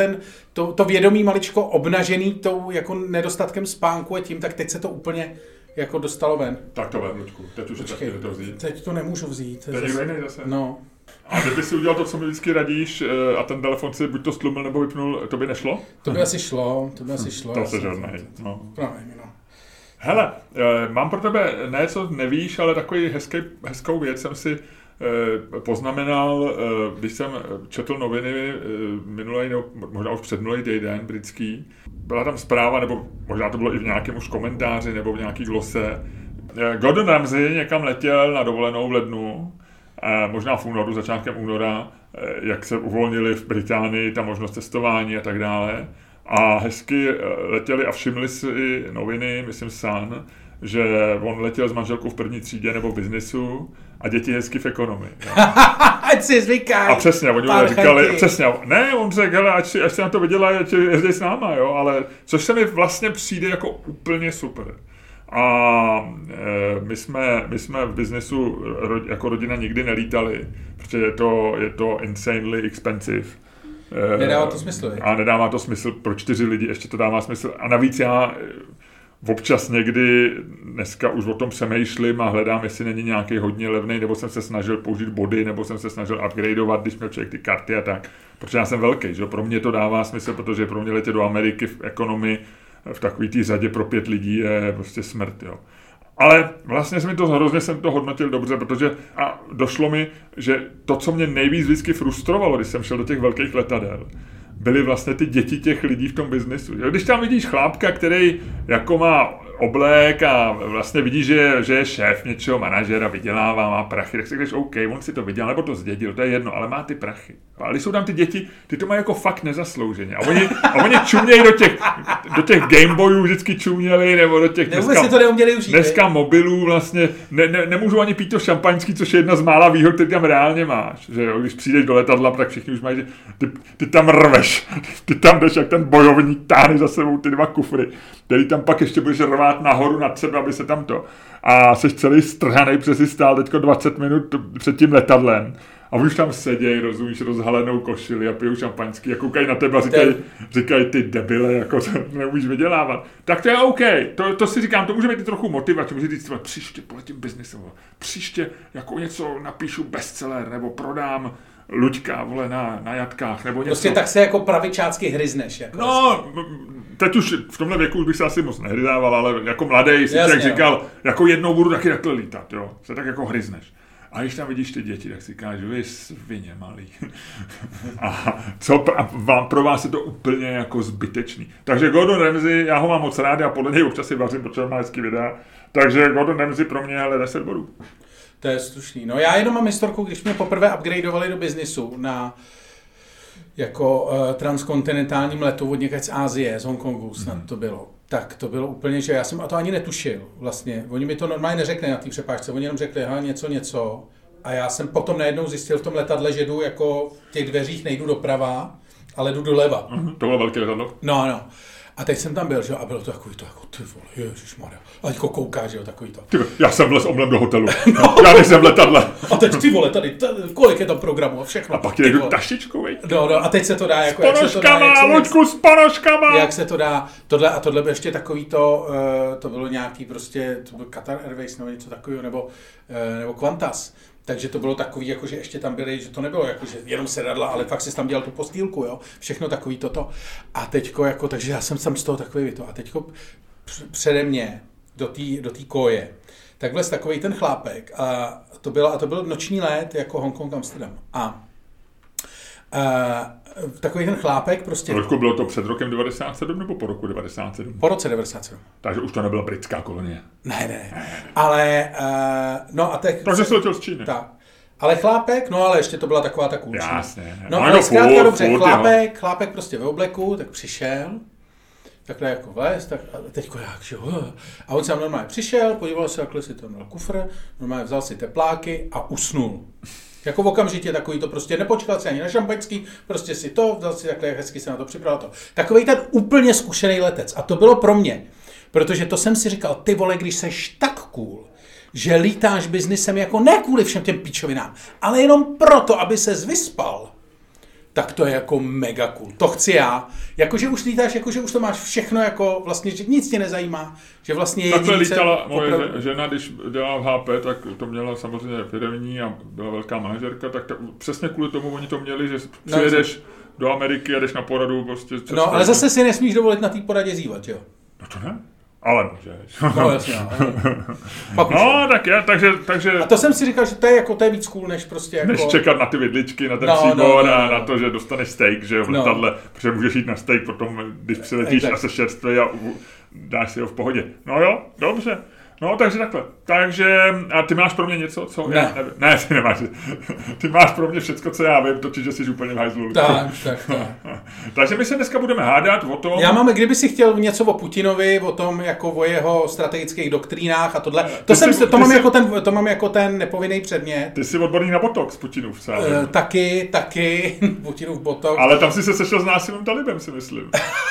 to vědomí maličko obnažený tou jako nedostatkem spánku a tím, tak teď se to úplně jako dostalo ven. Tak to vem, Luďku, teď už Počkej, je to vzít. teď to nemůžu vzít. To je někdo jiný zase. No. A kdyby si udělal to, co mi vždycky radíš, a ten telefon si buď to stlumil nebo vypnul, to by nešlo? To by asi šlo, To se žádnej, no. No. Hele, mám pro tebe, ne co nevíš, ale takový hezkou věc jsem si poznamenal, když jsem četl noviny minulý, možná už předminulý týden britský. Byla tam zpráva, nebo možná to bylo i v nějakém už komentáři, nebo v nějaký glose. Gordon Ramsay někam letěl na dovolenou v lednu, možná v únoru, začátkem února, jak se uvolnili v Británii, ta možnost cestování a tak dále. A hezky letěli a všimli si noviny, myslím Sun, že on letěl s manželkou v první třídě nebo v biznesu a děti hezky v ekonomii. Ať si zvykají. A přesně, oni mu říkali, přesně, ne, on řekl, hele, až se na to vydělají, ať jezdí s náma, jo, ale což se mi vlastně přijde jako úplně super. A my jsme v biznesu jako rodina nikdy nelítali, protože je to insanely expensive. Nedává to smysl. A nedává to smysl pro 4 lidi, ještě to dává smysl. A navíc já občas někdy dneska už o tom přemýšlím a hledám, jestli není nějaký hodně levný, nebo jsem se snažil použít body, nebo jsem se snažil upgradeovat, když měl člověk ty karty a tak. Protože já jsem velký, že pro mě to dává smysl, protože pro mě letět do Ameriky v ekonomii v takový té řadě pro 5 lidí je prostě smrt, jo. Ale vlastně jsem to hodnotil dobře, protože a došlo mi, že to, co mě nejvíc vždycky frustrovalo, když jsem šel do těch velkých letadel, byly vlastně ty děti těch lidí v tom biznesu. Když tam vidíš chlápka, který jako má oblek a vlastně vidíš, že je šéf něčeho, manažera, vydělává, má prachy, tak si řekneš, OK, on si to viděl, nebo to zdědil, to je jedno, ale má ty prachy. Ale když jsou tam ty děti, ty to mají jako fakt nezaslouženě. A oni čumějí do těch Gameboyů vždycky čuměli, nebo do těch dneska mobilů vlastně, nemůžu ani pít to šampaňský, což je jedna z mála výhod, který tam reálně máš. Že jo? Když přijdeš do letadla, tak všichni už mají, že ty tam rveš, ty tam jdeš, jak ten bojovník táhne za sebou ty 2 kufry, který tam pak ještě budeš rvát nahoru nad sebe, aby se tam to. A jsi celý strhanej, protože jsi stál teďko 20 minut před tím letadlem. A už tam sedějí, rozumíš, rozhalenou košili a pijou šampaňský a koukají na tebe a říkají ty debile, jako to neumíš vydělávat. Tak to je OK, to si říkám, to může být trochu motivace, může říct, příště poletím biznesem, příště jako něco napíšu bestseller, nebo prodám Luďka, vole, na jatkách, nebo něco. Prostě tak se jako pravičácky hryzneš. Jako no, teď už v tomhle věku už bych se asi moc nehryzával, ale jako mladej si člověk říkal, jako jednou budu taky takhle lítat, jo, se tak jako hryzneš. A když tam vidíš ty děti, tak si říkáš, že vy svině malý. A pro vás je to úplně jako zbytečný. Takže Gordon Ramsay, já ho mám moc rád, já podle něj občas si vařím, protože má hezký videa. Takže Gordon Ramsay pro mě je 10 bodů. To je slušný. No já jenom mám historku, když mě poprvé upgradeovali do biznisu na jako transkontinentálním letu od někde z Asie, z Hongkongu snad to bylo. Tak to bylo úplně, že já jsem to ani netušil vlastně. Oni mi to normálně neřekli na té přepážce, oni jenom řekli, něco. A já jsem potom najednou zjistil v tom letadle, že jdu jako v těch dveřích nejdu doprava, ale jdu doleva. To bylo velké letadlo? No. A teď jsem tam byl, že? A bylo to takový to, jako ty vole, ježišmarja. A teďko koukáš, že jo, takový to. Já jsem vlez omlem do hotelu. Já nejsem v letadle. A teď ty vole, tady, kolik je tam programu a všechno. A pak ti jdu taštičkou, veď. No, a teď se to dá, jako, jak se to dá, Luďku, s ponožkama. Jak se to dá, tohle bylo ještě takový to bylo nějaký prostě, to byl Qatar Airways nebo něco takového, nebo Qantas. Takže to bylo takový, jako, že ještě tam byli, že to nebylo jako, že jenom sedadla, ale fakt si tam dělal tu postýlku, jo, všechno takový toto. A teďko jako, takže já jsem tam z toho takový to. A teďko přede mě do té koje, tak vlez takový ten chlápek a to byl noční let jako Hongkong Amsterdam. A takový ten chlápek prostě... Roďku, bylo to před rokem 97 nebo po roku 97? Po roce 97. Takže už to nebyla britská kolonie. Ne. Ale, no a teď... Takže jsi letěl z Číny. Tak. Ale chlápek, no ale ještě to byla taková ta kůlčí. Jasně. No ale zkrátka dobře, chlápek prostě ve obleku, tak přišel, takhle jako vlez, tak a teďko jak, že jo. A on se tam normálně přišel, podíval se, jakhle si tam dal kufr, normálně vzal si tepláky a usnul. Jako v okamžitě takový to prostě, nepočkal se ani na šampaňský, prostě si to, vzal si takhle, hezky se na to připravil to. Takovej ten úplně zkušený letec. A to bylo pro mě, protože to jsem si říkal, ty vole, když seš tak cool, že lítáš biznisem jako ne kvůli všem těm píčovinám, ale jenom proto, aby ses vyspal, tak to je jako mega cool. To chci já. Jakože už lítáš, jakože už to máš všechno jako vlastně, že nic tě nezajímá. Že vlastně takhle lítala moje žena, když dělala v HP, tak to měla samozřejmě firemní a byla velká manažerka, tak přesně kvůli tomu oni to měli, že přijedeš do Ameriky a jdeš na poradu prostě. No, ale zase si nesmíš dovolit na té poradě zívat, jo? No to ne. Ale můžeš. No jasně, no, takže... A to jsem si říkal, že to je víc cool, než prostě jako... Než čekat na ty vidličky, na ten příbor a na to, že dostaneš steak, že jo, v letadle, protože můžeš jít na steak potom, když přiletíš a seš čerstvý a dáš si ho v pohodě. No jo, dobře. No, takže takhle. Takže, a ty máš pro mě něco, co ne. Já nevím. Ne, ty nemáš. Ty máš pro mě všecko, co já vím, totiž, že jsi úplně v hajzlu. Tak. Takže my se dneska budeme hádat o tom... Já mám, kdyby si chtěl něco o Putinovi, o tom, jako o jeho strategických doktrínách a tohle. To mám jako ten nepovinný předmět. Ty jsi odborný na botox, Putinův, sám. Taky, Putinův botox. Ale tam si se sešel s Násimem Talibem, si myslím.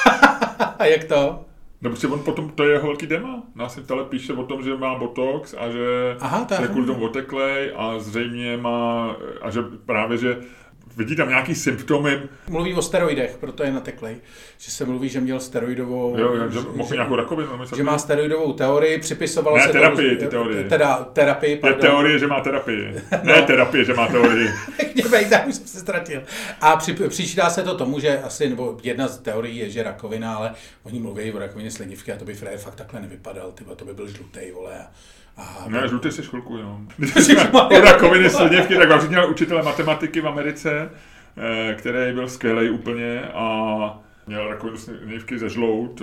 A jak to? No, protože on potom, to je jeho velký téma. Násim Talib píše o tom, že má botox a že je kvůli tomu oteklej a zřejmě má, a že právě, že vidí tam nějaký symptomy. Mluví o steroidech, proto je nateklej. Že se mluví, že měl steroidovou... Jo, že mohl nějakou rakovinu. Že má steroidovou teorii, připisovalo ne, se... Terapii, ty teorie. Terapii, pardon. Je teorie, že má terapii. Ne terapie, že má teorii. Tak už jsem se ztratil. A přičítá se to tomu, že asi, nebo jedna z teorií je, že rakovina, ale oni mluví o rakovině slinivky a to by frajer fakt takhle nevypadal, tyba, to by byl žlutej, vole. Ne, žlutý jsi chvilku jenom. Když o rakoviny slinivky, tak vám měl učitele matematiky v Americe, který byl skvělej úplně a měl rakovinu slinivky ze žlout,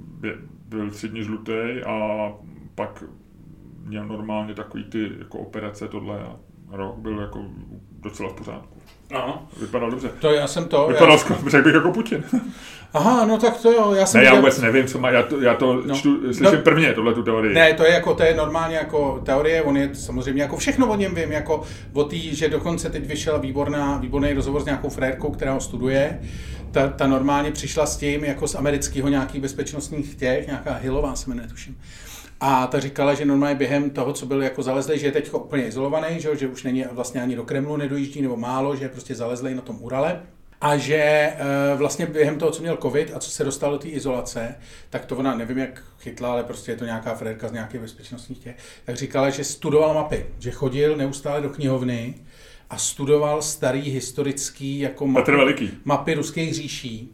byl 3 dny žlutý a pak měl normálně takový ty jako operace tohle a rok byl jako docela v pořádku. Aha. Vypadal dobře. To já jsem to... Vypadal řekl bych jako Putin. Aha, no tak to jo. Já vůbec nevím, co má, já to slyším prvně, tohle tu teorii. Ne, to je normálně jako teorie, on je samozřejmě jako všechno o něm vím, jako o tý, že dokonce teď vyšel výborný rozhovor s nějakou frérkou, která ho studuje. Ta normálně přišla s tím, jako z amerického nějakých bezpečnostních nějaká Hillová se jmenuje, tuším. A ta říkala, že normálně během toho, co byl jako zalezlej, že je teď úplně izolovaný, že už není vlastně ani do Kremlu nedojíždí nebo málo, že je prostě zalezlej na tom Urale. A že vlastně během toho, co měl covid a co se dostal do té izolace, tak to ona nevím, jak chytla, ale prostě je to nějaká frérka z nějakých bezpečnostních tak říkala, že studoval mapy, že chodil neustále do knihovny a studoval starý historický jako mapy ruských říší.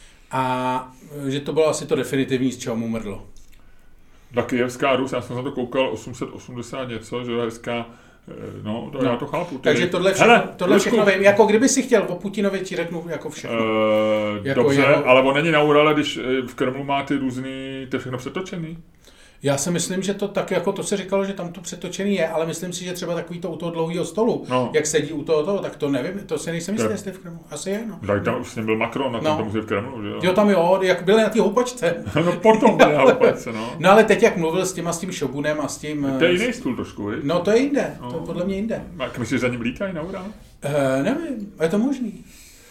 A že to bylo asi to definitivní, z čeho mu mrdlo. Ta Kyjevská Rus, já jsem na to koukal 880 něco, že je hezká, no, to já to chápu. Takže tohle všechno vím, jako kdyby si chtěl o Putinovi, ti řeknu jako všechno. Jako dobře, ale on není na Urale, když v Kremlu má ty různý, to všechno přetočený. Já si myslím, že to tak, jako to se říkalo, že tam to přetočený je, ale myslím si, že třeba takový to u toho dlouhého stolu, jak sedí u toho, tak to nevím, to si nejsem jistý, jestli v Kremlu. Asi je, no. Tak tam už s ním byl Macron, na tom musí v Kremlu, že jo? Jo, tam jo, jak byli na té houpačce. No potom byli na houpačce, no. No ale teď, jak mluvil s tím šogunem a s tím... To je jiný stůl trošku, viď? No to je jinde, to je podle mě jinde. A myslíš, že za ním lítají na Urál? Nevím, je to možný.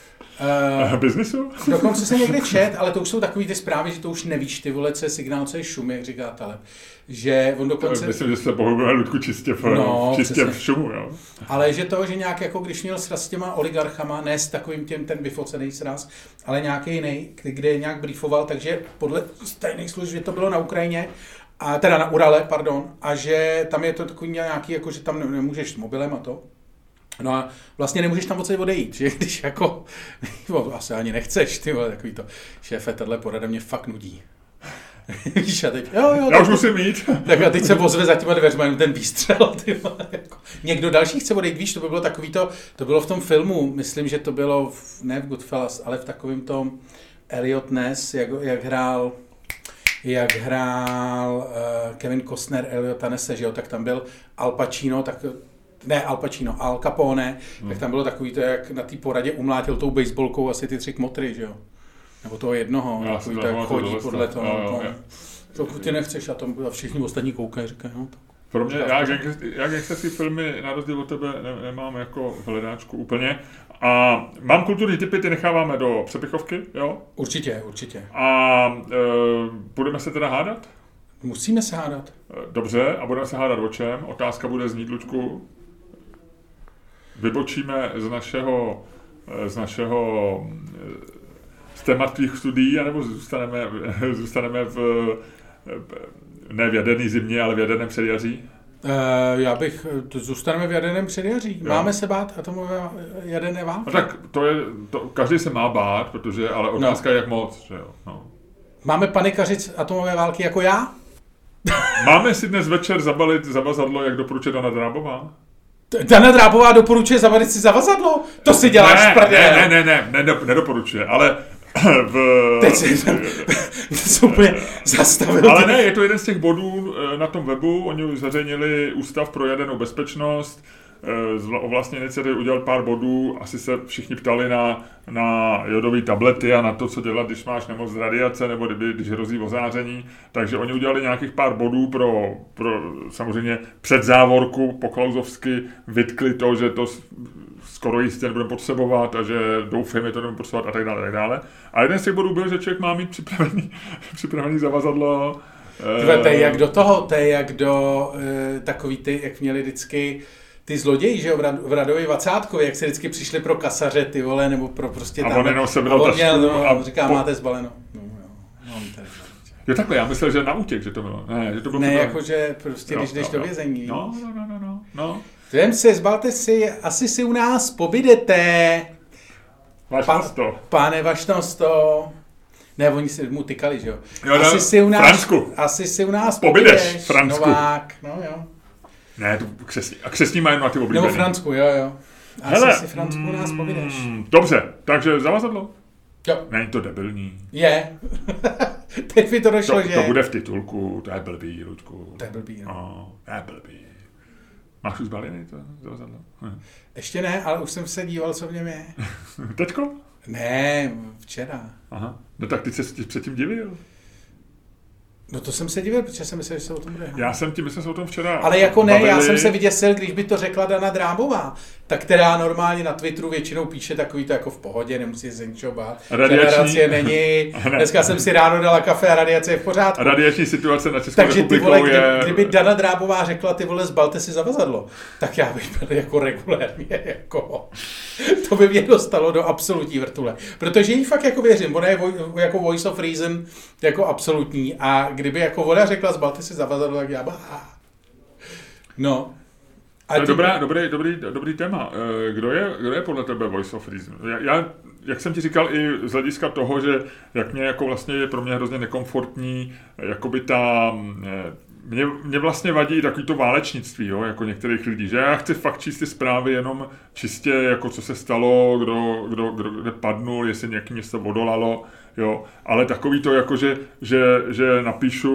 Biznisu? Dokonce se někde čet, ale to už jsou takový ty zprávy, že to už nevíš, ty vole, co je signál, co je šum, jak říká Taleb. Že on dokonce... Myslím, že se pohybujeme, Ludku, čistě v šumu, jo. Ale že to, že nějak jako když měl sraz s těma oligarchama, ne s takovým ten vyfocený sraz, ale nějaký jiný, kde nějak briefoval, takže podle tajných služb, že to bylo na Ukrajině, a teda na Urale, pardon, a že tam je to takový nějaký, jako že tam nemůžeš s mobilem a to. No a vlastně nemůžeš tam odejít, že když jako, asi ani nechceš, ty vole, takový to, šéfe, tato porada mě fakt nudí. Víš, a teď, jo, já už musím jít. Tak a teď se ozve za těma dveřma jenom ten výstřel, ty vole, jako. Někdo další chce odejít, víš, to by bylo takový to bylo v tom filmu, myslím, že to bylo, ne v Goodfellas, ale v takovém tom Elliot Ness, jak hrál Kevin Costner Elliota Nesse, že jo, tak tam byl Al Pacino, Al Capone, tak tam bylo takový to, jak na té poradě umlátil tou baseballkou asi ty 3 kmotry, že jo? Nebo toho jednoho, takový to, jak chodí podle toho. Pokud ty nechceš a tam všichni ostatní koukají, říkají, no. Pro mě, jak se si filmy na rozdíl od tebe nemám jako v hledáčku úplně. A mám kulturní tipy, ty necháváme do přepichovky, jo? Určitě. A budeme se teda hádat? Musíme se hádat. Dobře, a budeme se hádat o čem? Otázka bude znít, Luďku. Vybočíme z našeho z témat tvých studií, anebo zůstaneme ne v jaderný zimě, ale v jaderném předjaří? Zůstaneme v jaderném předjaří. Jo. Máme se bát atomové jaderné války? No tak každý se má bát, ale otázka je jak moc, že jo. No. Máme panikařit atomové války jako já? Máme si dnes večer zabalit zavazadlo, jak doporučuje Dana Drábová? Dana Drábová doporučuje zabalit si zavazadlo? To si děláš prdel. Ne, nedoporučuje, ale teď se úplně zastavil. Ale ne, je to jeden z těch bodů na tom webu, oni zveřejnili Ústav pro jadernou bezpečnost, o vlastní iniciativě udělal pár bodů, asi se všichni ptali na jodové tablety a na to, co dělat, když máš nemoc z radiace nebo když hrozí ozáření, takže oni udělali nějakých pár bodů pro samozřejmě před závorku po klauzovsky vytkli to, že to skoro jistě nebudeme potřebovat a že doufejme, to nebudeme potřebovat a tak dále. A jeden z těch bodů byl, že člověk má mít připravený zavazadlo. To je jak do toho, to je jak do takový ty, jak měli vždycky ty zloději, že jo, v Radově Vacátkově, jak se vždycky přišli pro kasaře, ty vole, nebo pro prostě tam. A on jenom sebral tašku a říká, máte zbaleno. Jo, takhle, já myslel, že na útěk, že to bylo. Ne, že to bylo jakože prostě, když jdeš do vězení. No. Vem se, zbalte si, asi si u nás pobydete. Vašnosto. Pane Vašnosto. Ne, oni si mu tykali, že jo. Asi si u nás pobydeš, Fransku. Novák, no jo. Ne, to křesní má jenom na ty oblíbený. Nebo Fransku, jo. Asi si Fransku u nás pobydeš. Dobře, takže zavazadlo? Jo. Není to debilní. Je. Teď mi to došlo, že... To bude v titulku, to je blbý, Ludku. To je blbý, no. To je blbý. Máš už zbalený to zavazadlo? Ještě ne, ale už jsem se díval, co v něm je. Teďko? Ne, včera. Aha, no tak ty se předtím divil. No to jsem se divil, protože jsem myslel, že se o tom bude. Já jsem ti myslel, že se o tom včera ale jako ne, já jsem se vyděsil, když by to řekla Dana Drábová, tak která normálně na Twitteru většinou píše takový to jako v pohodě, nemusí se ničeho bát. Radiace není, dneska jsem si ráno dala kafe a radiace je v pořádku. A radiační situace na Českou takže republikou ty vole, je... kdyby Dana Drábová řekla, ty vole, zbalte si zavazadlo, tak já bych byl jako regulérně, jako... To by mě dostalo do absolutní vrtule. Protože jí fakt jako věřím, ona je jako voice of reason jako absolutní a kdyby jako voda řekla, zbalte si zavazadlo, tak já no. A dobrý téma. Kdo je podle tebe voice of reason? Já, jak jsem ti říkal i z hlediska toho, že jak mě jako vlastně je pro mě hrozně nekomfortní, jakoby ta... Mě vlastně vadí takový to válečnictví, jo, jako některých lidí, že já chci fakt číst ty zprávy jenom čistě, jako co se stalo, kdo padnul, jestli nějaký město odolalo, jo, ale takový to, jako že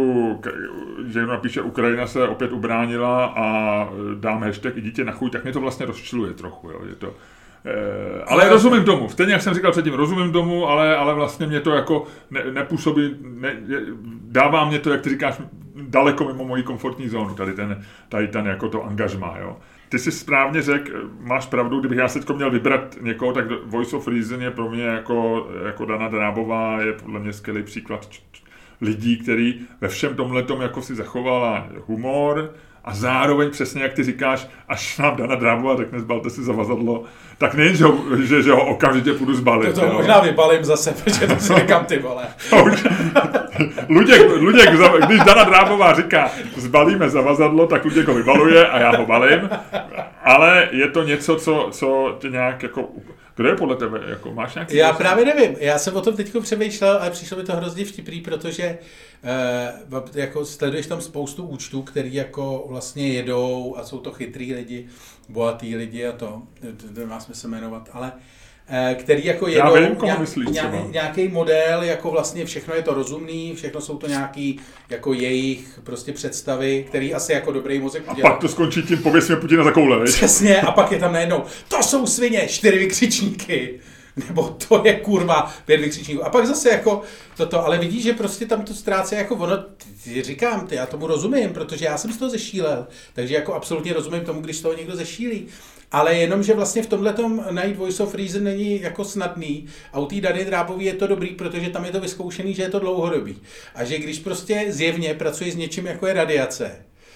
napíše Ukrajina se opět ubránila a dám hashtag i dítě na chuť, tak mě to vlastně rozčiluje trochu, jo, je to... Ale rozumím tomu, stejně jak jsem říkal předtím, rozumím tomu, ale vlastně mě to jako nepůsobí, dává mě to, jak ty říkáš, daleko mimo moji komfortní zónu, tady ten jako to angažmá, jo. Ty jsi správně řekl, máš pravdu, kdybych já teď měl vybrat někoho, tak Voice of Reason je pro mě jako Dana Drábová, je podle mě skvělý příklad lidí, který ve všem tomhletom jako si zachovala humor, a zároveň přesně, jak ty říkáš, až nám Dana Drábová řekne, zbalte si zavazadlo, tak nejen, že ho okamžitě půjdu zbalit. To možná vybalím zase, protože to si říkám ty vole. Luděk, když Dana Drábová říká, zbalíme zavazadlo, tak Luděk ho vybaluje a já ho balím. Ale je to něco, co tě nějak jako... Kdo je podle tebe? Jako, máš nějaký... Já právě nevím. Já jsem o tom teď přemýšlel, ale přišlo mi to hrozně vtipný, protože jako sleduješ tam spoustu účtů, který jako vlastně jedou a jsou to chytrý lidi, bohatý lidi a to má smysl jmenovat, ale který jako jedou nějaký model, jako vlastně všechno je to rozumný, všechno jsou to nějaký jako jejich prostě představy, který asi jako dobrý mozek udělal. A pak to skončí tím, pověsme Putina za koule, veď? Přesně, a pak je tam najednou, to jsou svině, 4 vykřičníky, nebo to je kurva, 5 vykřičníků. A pak zase jako toto, ale vidíš, že prostě tam to ztrácí jako ono, říkám, já tomu rozumím, protože já jsem z toho zešílel, takže jako absolutně rozumím tomu, když toho někdo zešílí. Ale jenom, že vlastně v tomhletom najít Voice of Reason není jako snadný a u té Dany Drábové je to dobrý, protože tam je to vyzkoušený, že je to dlouhodobý. A že když prostě zjevně pracuje s něčím, jako je radiace,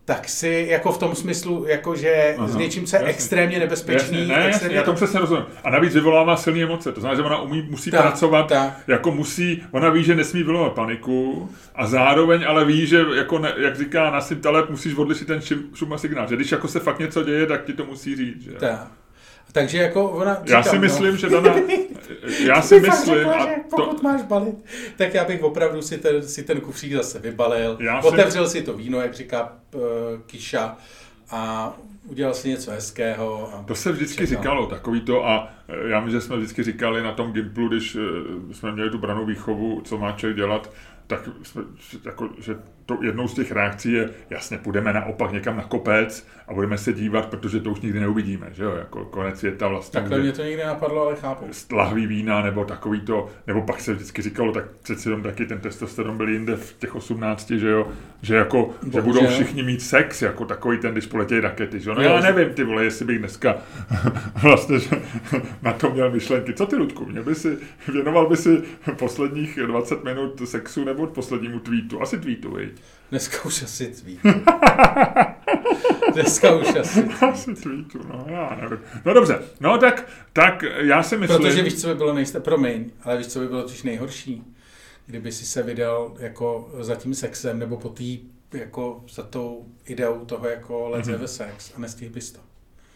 tak si jako v tom smyslu, jako že s něčím, co je extrémně nebezpečný. Jasně, já tomu přesně rozumím. A navíc vyvolává silné emoce. To znamená, že ona musí pracovat, jako musí, ona ví, že nesmí vyvolat paniku a zároveň ale ví, že jako jak říká Nassim Taleb, musíš odlišit ten šum a signál. Že když jako se fakt něco děje, tak ti to musí říct. Že? Takže jako ona... Já si myslím, že Dana... Já si myslím... Řekla, že pokud máš balit, tak já bych opravdu si ten kufřík zase vybalil. Otevřel si to víno, jak říká Kyša, a udělal si něco hezkého. To se vždycky říkalo, takový to, a já myslím, že jsme vždycky říkali na tom Gimplu, když jsme měli tu brannou výchovu, co má člověk dělat, tak jsme, jako, že to jednou z těch reakcí je, jasně, půjdeme naopak někam na kopec a budeme se dívat, protože to už nikdy neuvidíme, že jo, jako konec světa vlastně. Takhle mě to nikdy napadlo, ale chápu. Lahví vína, nebo takový to, nebo pak se vždycky říkalo, tak přeci jenom taky ten testosteron byl jinde v těch 18, že jo, že jako, že budou všichni mít sex, jako takový ten, když poletějí rakety, že jo. No já nevím, ty vole, jestli bych dneska vlastně na to měl myšlenky. Co ty, Ludku, věnoval by si posledních 20 minut sexu nebo poslednímu tweetu? Asi tweetu, viď? Dneska už asi tweetu. Dneska už asi tweetu, no já nevím. No dobře, no tak já si myslím... Protože víš, co by bylo promiň, ale víš, co by bylo totiž nejhorší? Kdyby si se vydal jako za tím sexem, nebo po té, jako za tou ideou toho jako let's have a sex a nestihl bys to.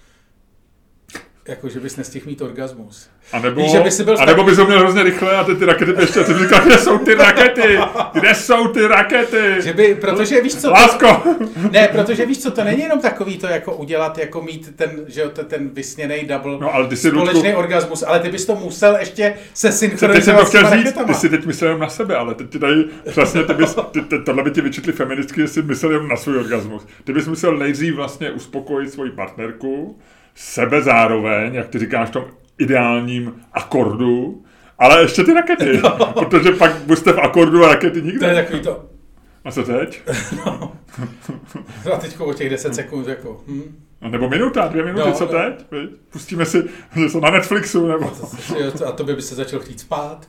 Jako, že bys nestihl mít orgasmus. A nebo bys ho měl hrozně rychle a ty rakety ještě. Ty říkal, kde jsou ty rakety? Kde jsou ty rakety? Protože víš co... Lásko! Ne, protože víš co, to není jenom takový to jako udělat, jako mít ten vysněnej double společný orgasmus, ale ty bys to musel ještě se synchronizovat s těma raketama. Ty si teď myslel jenom na sebe, ale teď ti dají, přesně tohle by ti vyčetli feministky, jestli myslel jenom na svůj orgasmus. Ty bys musel nejdřív vlastně uspokojit svoji partnerku, sebe zároveň, jak ty říkáš v tom ideálním akordu, ale ještě ty rakety, protože pak buďte v akordu a rakety nikde. To je takový to. A co teď? No. A teďko o těch 10 sekund jako. Nebo minuta, 2 minuty, co teď? Pustíme si něco na Netflixu, nebo... A tobě by se začal chtít spát.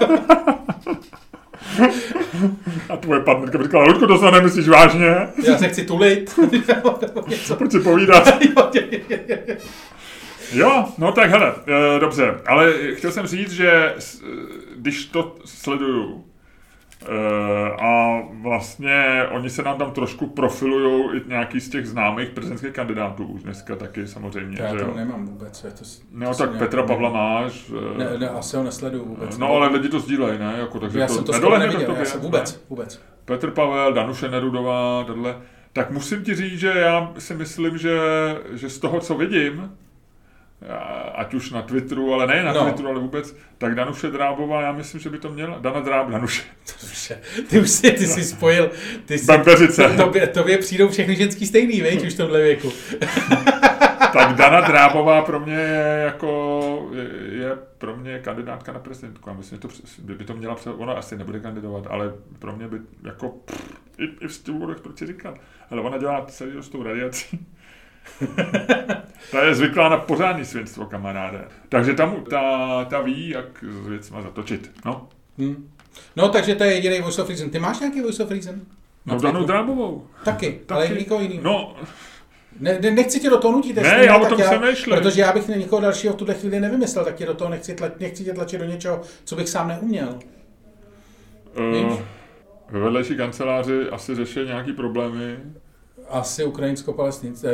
A tvoje partnerka by říkala, Ludku, to se nemyslíš vážně? Já se chci tulit. Pojď si povídat. Jo, no tak hele, dobře, ale chtěl jsem říct, že když to sleduju a vlastně oni se nám tam trošku profilujou i nějaký z těch známých prezidentských kandidátů už dneska taky samozřejmě. Já to nemám vůbec. No tak Petra Pavla máš. Ne, asi ho nesleduju vůbec. No ale lidi to sdílejí, ne? Jako, takže já jsem to skoro neviděl, vůbec. Petr Pavel, Danuše Nerudová, tohle. Tak musím ti říct, že já si myslím, že z toho, co vidím, ať už na Twitteru, ale ne na Twitteru, ale vůbec, tak Danuše Drábová, já myslím, že by to měla. Danuše. Ty jsi spojil. Bampeřice. Tobě přijdou všechny ženský stejný, veď, už v tomhle věku. Tak Dana Drábová pro mě je pro mě kandidátka na prezidentku. Já myslím, že by to měla, ona asi nebude kandidovat, ale pro mě by jako i v stylu, proč si říkat. Ale ona dělá celý s tou radiací. Ta je zvyklá na pořádný svinstvo, kamaráde. Takže ta ví, jak s věcma zatočit. No. No, takže to je jediný voice of reason. Ty máš nějaký voice of reason? No, Danu Drábovou. Taky, ale nikoho jiný. No. Nechci tě do toho nutit. Ne, já o tom přemýšlím. Protože já bych nikoho dalšího v tuhle chvíli nevymyslel, tak tě do toho nechci tě tlačit do něčeho, co bych sám neuměl. Ve vedlejší kanceláři asi řeší nějaký problémy. Asi ukrajinsko-palestinské.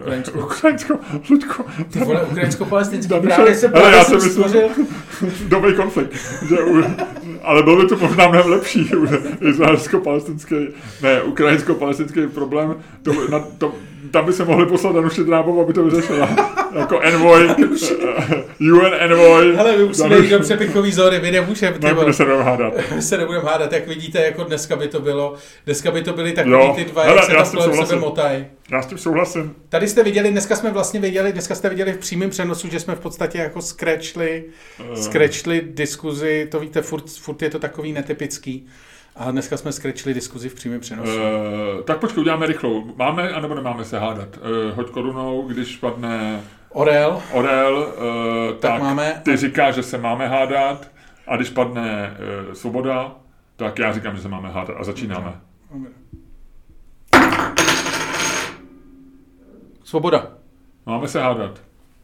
Ty vole, ukrajinsko-palestinské. Právě jsem stvořil. Dobrý konflikt. Ale byl by to možná mnohem lepší. Izraelsko-palestinský, ne, ukrajinsko-palestinský problém. Tam by se mohli poslat Danuši Drábovou, aby to vyřešila. Jako envoy, UN envoy. Hele, my musíme jít do přepichový zóny, my nemůžeme. No, se nebudeme hádat. My se nebudeme hádat, jak vidíte, jako dneska by to byly takový ty dva, jak se tam kolem sebe motají. Já s tím souhlasím. Tady jste viděli, dneska jste viděli v přímém přenosu, že jsme v podstatě jako scratchli diskuzi, to víte, furt je to takový netypický. A dneska jsme scratchli diskuzi v přímém přenosu. Tak počkej, uděláme rychlou. Máme, anebo nemáme se hádat? Hoď korunou, když padne Orel, tak máme, ty říkáš, že se máme hádat, a když padne Svoboda, tak já říkám, že se máme hádat a začínáme. Svoboda. Máme se hádat.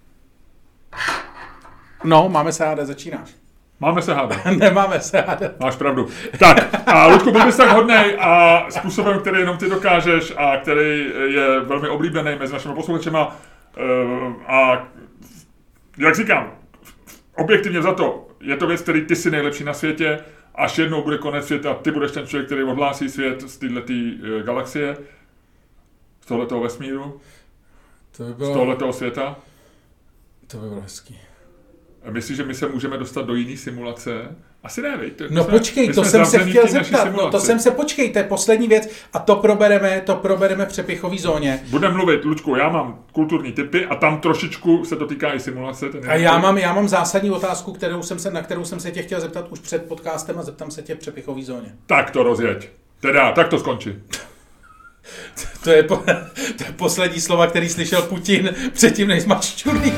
No, máme se hádat, začínáš. Máme se hádat. Nemáme se hádat. Máš pravdu. Tak, a Luďku, byl bys tak hodnej a způsobem, který jenom ty dokážeš a který je velmi oblíbený mezi našimi posluchačema a jak říkám, objektivně za to, je to věc, který ty jsi nejlepší na světě, až jednou bude konec světa, ty budeš ten člověk, který odhlásí svět z této galaxie, z tohletoho vesmíru, z tohletoho světa. To by bylo hezký. Myslíš, že my se můžeme dostat do jiný simulace? Asi ne, veď? No počkej, to jsem se chtěl zeptat. No to jsem se, počkejte, poslední věc a to probereme v přepichový zóně. Budeme mluvit, Luďku, já mám kulturní tipy a tam trošičku se to týká i simulace. A já mám zásadní otázku, na kterou jsem se tě chtěl zeptat už před podcastem a zeptám se tě v přepichový zóně. Tak to rozjeď. Teda, tak to skončí. To je poslední slova, který slyšel Putin předtím, než máš čurlík.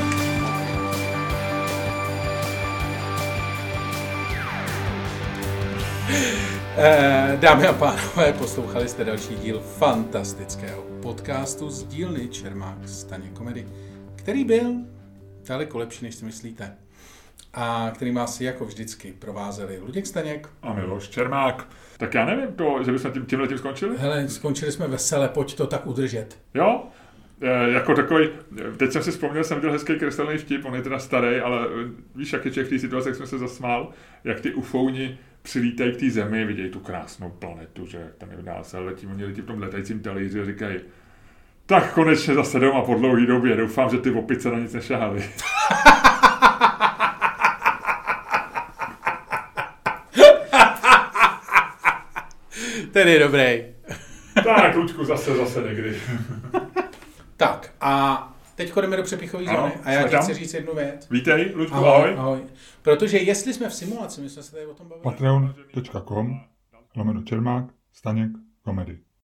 Dámy a pánové, poslouchali jste další díl fantastického podcastu z dílny Čermák Staněk Komedy, který byl daleko lepší, než si myslíte. A který vás jako vždycky provázeli Luděk Staněk a Miloš Čermák. Tak já nevím, že bychom tímhletím skončili? Hele, skončili jsme vesele, pojď to tak udržet. Jo? Jako takový, teď jsem si vzpomněl, jsem viděl hezký kreslený vtip, on je teda starý, ale víš, jak je člověk v té situaci, jak jsme se zasmál, jak ty ufouni přilítají k té zemi, vidějí tu krásnou planetu, že jak tam je dál se letí, oni letí v tom letajícím talíři a říkají, tak konečně zase doma po dlouhý době, doufám, že ty opice na nic nešahaly. Ten je dobrý. Tak, Luďku, zase někdy. Tak a teď jdeme do přepichové zóny a já ti chci říct jednu věc. Vítej, Luďku, ahoj. Ahoj. Protože jestli jsme v simulaci, my jsme se tady o tom bavili. Patreon.com/Čermák Staněk Komedy.